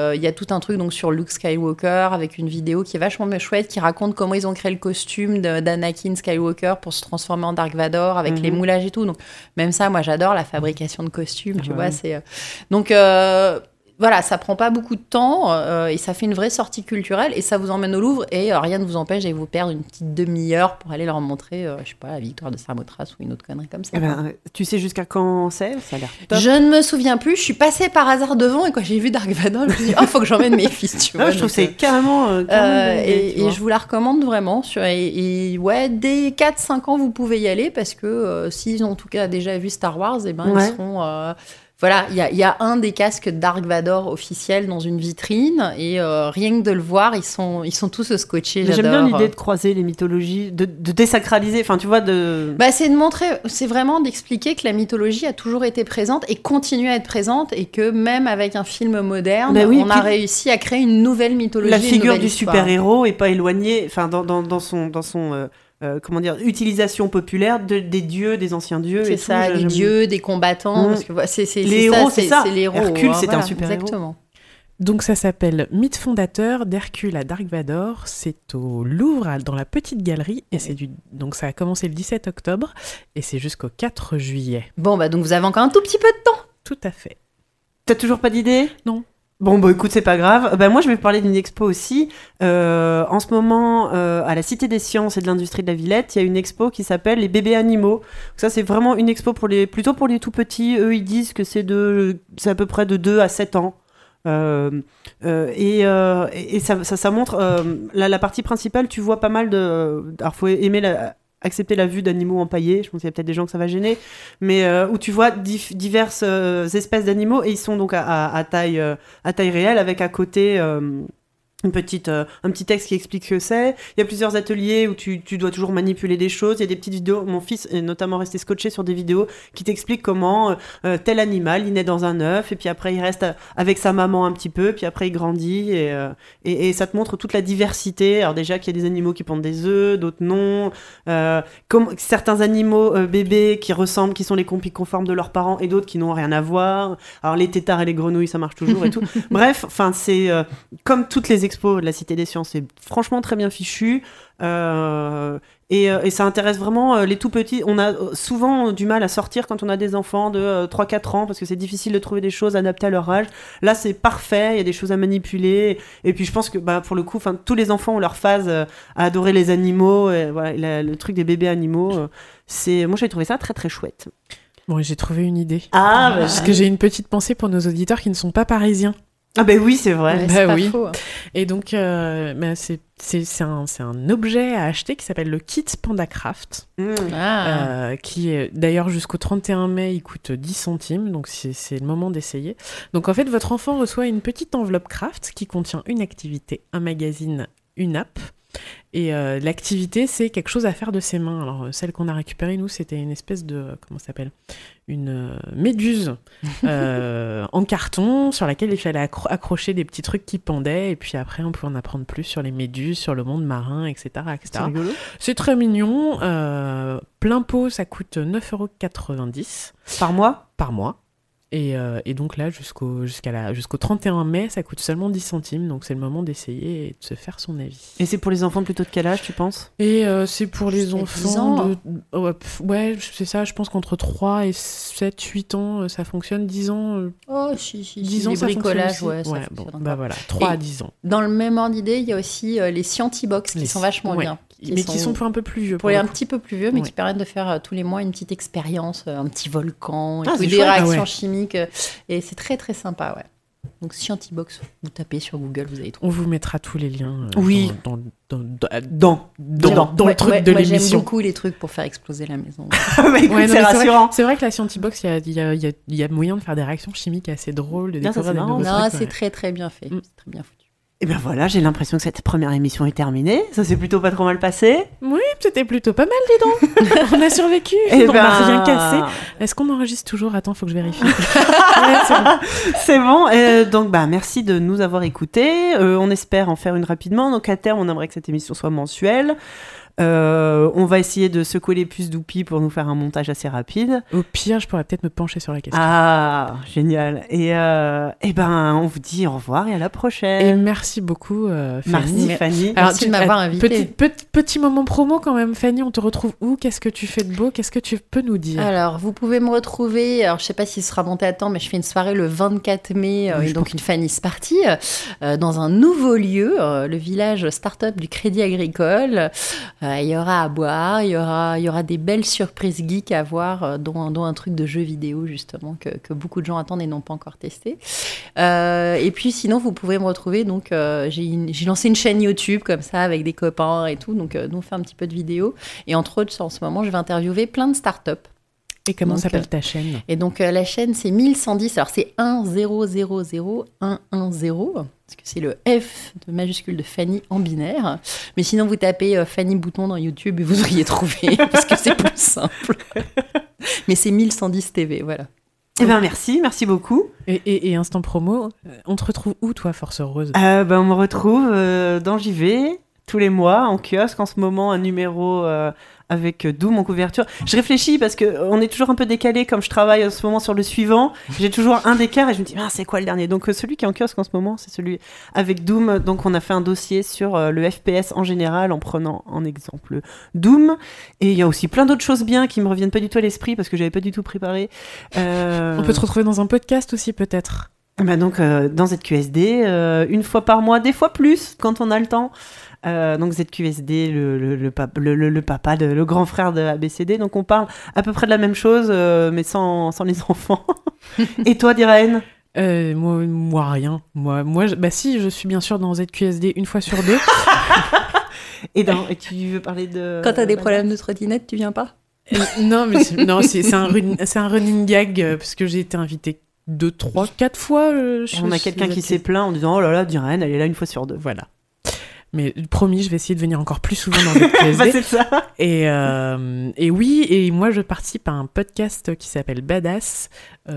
[SPEAKER 3] y a tout un truc donc, sur Luke Skywalker avec une vidéo qui est vachement chouette, qui raconte comment ils ont créé le costume d'Anakin Skywalker pour se transformer en Dark Vador avec les moulages et tout. Donc, même ça, moi, j'adore la fabrication de costumes, tu vois. Donc, voilà, ça prend pas beaucoup de temps et ça fait une vraie sortie culturelle et ça vous emmène au Louvre et rien ne vous empêche d'aller vous perdre une petite demi-heure pour aller leur montrer, je sais pas, la victoire de Samothrace ou une autre connerie comme ça.
[SPEAKER 1] Tu sais jusqu'à quand c'est ? Ça a l'air top.
[SPEAKER 3] Je ne me souviens plus, je suis passée par hasard devant et quand j'ai vu Dark Vador, je me suis dit, faut que j'emmène mes fils, tu vois.
[SPEAKER 1] Je trouve que c'est carrément
[SPEAKER 3] et je vous la recommande vraiment. Et ouais, dès 4-5 ans, vous pouvez y aller parce que s'ils ont en tout cas déjà vu Star Wars, ils seront... Voilà, il y a un des casques Dark Vador officiels dans une vitrine et rien que de le voir, ils sont tous scotchés.
[SPEAKER 1] Mais j'aime bien l'idée de croiser les mythologies, de désacraliser, enfin tu vois,
[SPEAKER 3] c'est de montrer, c'est vraiment d'expliquer que la mythologie a toujours été présente et continue à être présente et que même avec un film moderne, on a réussi à créer une nouvelle mythologie.
[SPEAKER 1] La figure du super-héros est pas éloignée, enfin dans son comment dire, utilisation populaire des dieux, des anciens dieux.
[SPEAKER 3] C'est ça, des dieux, des combattants. Parce que
[SPEAKER 1] les héros, c'est ça.
[SPEAKER 3] C'est les héros.
[SPEAKER 1] Hercule, c'est un super-héros.
[SPEAKER 3] Exactement.
[SPEAKER 2] Donc ça s'appelle Mythe fondateur d'Hercule à Dark Vador. C'est au Louvre, dans la petite galerie. Et donc ça a commencé le 17 octobre et c'est jusqu'au 4 juillet.
[SPEAKER 3] Bon, donc vous avez encore un tout petit peu de temps.
[SPEAKER 2] Tout à fait.
[SPEAKER 1] T'as toujours pas d'idée ?
[SPEAKER 2] Non.
[SPEAKER 1] Bon, écoute, c'est pas grave. Moi, je vais vous parler d'une expo aussi. En ce moment, à la Cité des Sciences et de l'Industrie de la Villette, il y a une expo qui s'appelle Les bébés animaux. Donc ça, c'est vraiment une expo plutôt pour les tout petits. Eux, ils disent que c'est à peu près de 2 à 7 ans. Et ça montre... la partie principale, tu vois pas mal de... Alors, faut aimer accepter la vue d'animaux empaillés, je pense qu'il y a peut-être des gens que ça va gêner, mais où tu vois diverses espèces d'animaux et ils sont donc à taille réelle avec à côté un petit texte qui explique ce que c'est. Il y a plusieurs ateliers où tu dois toujours manipuler des choses. Il y a des petites vidéos. Mon fils est notamment resté scotché sur des vidéos qui t'expliquent comment tel animal, il naît dans un œuf et puis après il reste avec sa maman un petit peu, puis après il grandit et ça te montre toute la diversité. Alors déjà qu'il y a des animaux qui pondent des œufs, d'autres non. Certains animaux bébés qui sont les copies conformes de leurs parents et d'autres qui n'ont rien à voir. Alors les têtards et les grenouilles, ça marche toujours et tout. Bref, enfin c'est comme toutes les expos de la Cité des Sciences, c'est franchement très bien fichu et ça intéresse vraiment les tout petits. On a souvent du mal à sortir quand on a des enfants de 3-4 ans parce que c'est difficile de trouver des choses adaptées à leur âge. Là c'est parfait, il y a des choses à manipuler et puis je pense que pour le coup tous les enfants ont leur phase à adorer les animaux et, voilà, le truc des bébés animaux moi j'ai trouvé ça très très chouette.
[SPEAKER 2] Bon, j'ai trouvé une idée parce que j'ai une petite pensée pour nos auditeurs qui ne sont pas parisiens.
[SPEAKER 1] Ah oui, c'est vrai.
[SPEAKER 3] Ouais, c'est pas faux, hein.
[SPEAKER 2] Et donc, c'est un objet à acheter qui s'appelle le kit PandaCraft, qui est d'ailleurs jusqu'au 31 mai, il coûte 10 centimes, donc c'est le moment d'essayer. Donc en fait, votre enfant reçoit une petite enveloppe craft qui contient une activité, un magazine, une app. Et l'activité, c'est quelque chose à faire de ses mains. Alors, celle qu'on a récupérée, nous, c'était une espèce de... Comment ça s'appelle ? Une méduse en carton sur laquelle il fallait accrocher des petits trucs qui pendaient. Et puis après, on peut en apprendre plus sur les méduses, sur le monde marin, etc.
[SPEAKER 1] C'est rigolo.
[SPEAKER 2] C'est très mignon. Plein pot, ça coûte 9,90 €
[SPEAKER 1] Par mois ?
[SPEAKER 2] Par mois. Et donc là, jusqu'au 31 mai, ça coûte seulement 10 centimes. Donc c'est le moment d'essayer et de se faire son avis.
[SPEAKER 1] Et c'est pour les enfants plutôt de quel âge, tu penses ?
[SPEAKER 2] Et c'est pour les enfants de... Ouais, c'est ça, je pense qu'entre 3 et 7, 8 ans, ça fonctionne. 10 ans... 10 ans, ça
[SPEAKER 3] bricolage,
[SPEAKER 2] fonctionne aussi. Ouais, bon, voilà, 3 à 10 ans.
[SPEAKER 3] Dans le même ordre d'idée, il y a aussi les Scientibox qui sont vachement bien.
[SPEAKER 2] Qui sont pour un peu plus vieux.
[SPEAKER 3] Pour les un petit peu plus vieux, mais qui permettent de faire tous les mois une petite expérience, un petit volcan, et
[SPEAKER 1] des
[SPEAKER 3] réactions chimiques. Et c'est très très sympa, ouais. Donc Scientibox, vous tapez sur Google, vous allez trouver.
[SPEAKER 2] On vous mettra tous les liens dans le truc de l'émission.
[SPEAKER 3] J'aime beaucoup les trucs pour faire exploser la maison.
[SPEAKER 1] C'est rassurant.
[SPEAKER 2] C'est vrai que la Scientibox, il y a moyen de faire des réactions chimiques assez drôles, de découvrir des nouveaux trucs.
[SPEAKER 3] Non, c'est très très bien fait. C'est très bien foutu.
[SPEAKER 1] Et bien voilà, j'ai l'impression que cette première émission est terminée. Ça s'est plutôt pas trop mal passé.
[SPEAKER 2] Oui, c'était plutôt pas mal, dis donc. On a survécu, on n'a rien cassé. Est-ce qu'on enregistre toujours ? Attends, faut que je vérifie.
[SPEAKER 1] C'est bon. Donc merci de nous avoir écoutés. On espère en faire une rapidement. Donc à terme, on aimerait que cette émission soit mensuelle. On va essayer de secouer les puces d'Oupi pour nous faire un montage assez rapide.
[SPEAKER 2] Au pire, je pourrais peut-être me pencher sur la question.
[SPEAKER 1] Ah, génial. Et on vous dit au revoir et à la prochaine.
[SPEAKER 2] Et merci beaucoup, Fanny.
[SPEAKER 1] Merci, Fanny.
[SPEAKER 2] Alors,
[SPEAKER 3] Merci de m'avoir invitée.
[SPEAKER 2] Petit moment promo quand même, Fanny, on te retrouve où? Qu'est-ce que tu fais de beau? Qu'est-ce que tu peux nous dire?
[SPEAKER 3] Alors, vous pouvez me retrouver, alors je sais pas si ce sera monté à temps, mais je fais une soirée le 24 mai, et donc une Fanny's Party, dans un nouveau lieu, le village start-up du Crédit Agricole. Il y aura à boire, il y aura des belles surprises geeks à voir, dont un truc de jeu vidéo justement que beaucoup de gens attendent et n'ont pas encore testé. Et puis sinon, vous pouvez me retrouver, donc j'ai lancé une chaîne YouTube comme ça avec des copains et tout, donc nous on fait un petit peu de vidéos. Et entre autres, en ce moment, je vais interviewer plein de startups.
[SPEAKER 2] Et comment s'appelle ta chaîne?
[SPEAKER 3] Et donc la chaîne, c'est 1110. Alors c'est 1000110, parce que c'est le F de majuscule de Fanny en binaire. Mais sinon, vous tapez Fanny Bouton dans YouTube et vous auriez trouvé, parce que c'est plus simple. Mais c'est 1110 TV, voilà.
[SPEAKER 1] Eh bien, merci beaucoup.
[SPEAKER 2] Et instant promo, on te retrouve où, toi, Force Heureuse?
[SPEAKER 1] On me retrouve dans JV tous les mois en kiosque en ce moment, un numéro avec Doom en couverture. Je réfléchis parce qu'on est toujours un peu décalé, comme je travaille en ce moment sur le suivant. J'ai toujours un d'écart et je me dis, c'est quoi le dernier? Donc celui qui est en kiosque en ce moment, c'est celui avec Doom. Donc on a fait un dossier sur le FPS en général en prenant en exemple Doom. Et il y a aussi plein d'autres choses bien qui me reviennent pas du tout à l'esprit parce que j'avais pas du tout préparé.
[SPEAKER 2] On peut te retrouver dans un podcast aussi, peut-être?
[SPEAKER 1] Donc dans ZQSD, une fois par mois, des fois plus quand on a le temps. Donc ZQSD, le papa, le grand frère de ABCD. Donc on parle à peu près de la même chose, mais sans les enfants. Et toi, Diraine?
[SPEAKER 2] Moi rien. Moi, si, je suis bien sûr dans ZQSD une fois sur deux.
[SPEAKER 1] Et tu veux parler de...
[SPEAKER 3] Quand t'as des problèmes de trottinette, tu viens pas?
[SPEAKER 2] Non, mais c'est un running gag parce que j'ai été invitée 2, 3, 4 fois.
[SPEAKER 1] On a quelqu'un qui s'est plaint en disant, oh là là, Diraine, elle est là une fois sur deux.
[SPEAKER 2] Voilà. Mais promis, je vais essayer de venir encore plus souvent dans le PSD.
[SPEAKER 1] C'est ça.
[SPEAKER 2] Et oui, et moi je participe à un podcast qui s'appelle Badass,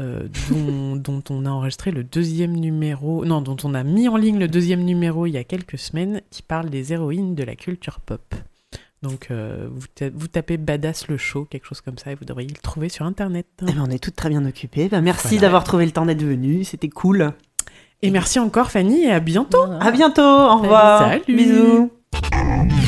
[SPEAKER 2] dont on a enregistré le 2e numéro, dont on a mis en ligne le 2e numéro il y a quelques semaines, qui parle des héroïnes de la culture pop. Donc vous tapez Badass le show, quelque chose comme ça, et vous devriez le trouver sur Internet.
[SPEAKER 1] On est toutes très bien occupées. Merci d'avoir trouvé le temps d'être venue, c'était cool.
[SPEAKER 2] Et merci encore Fanny et à bientôt.
[SPEAKER 1] À bientôt, au revoir.
[SPEAKER 2] Salut.
[SPEAKER 1] Bisous.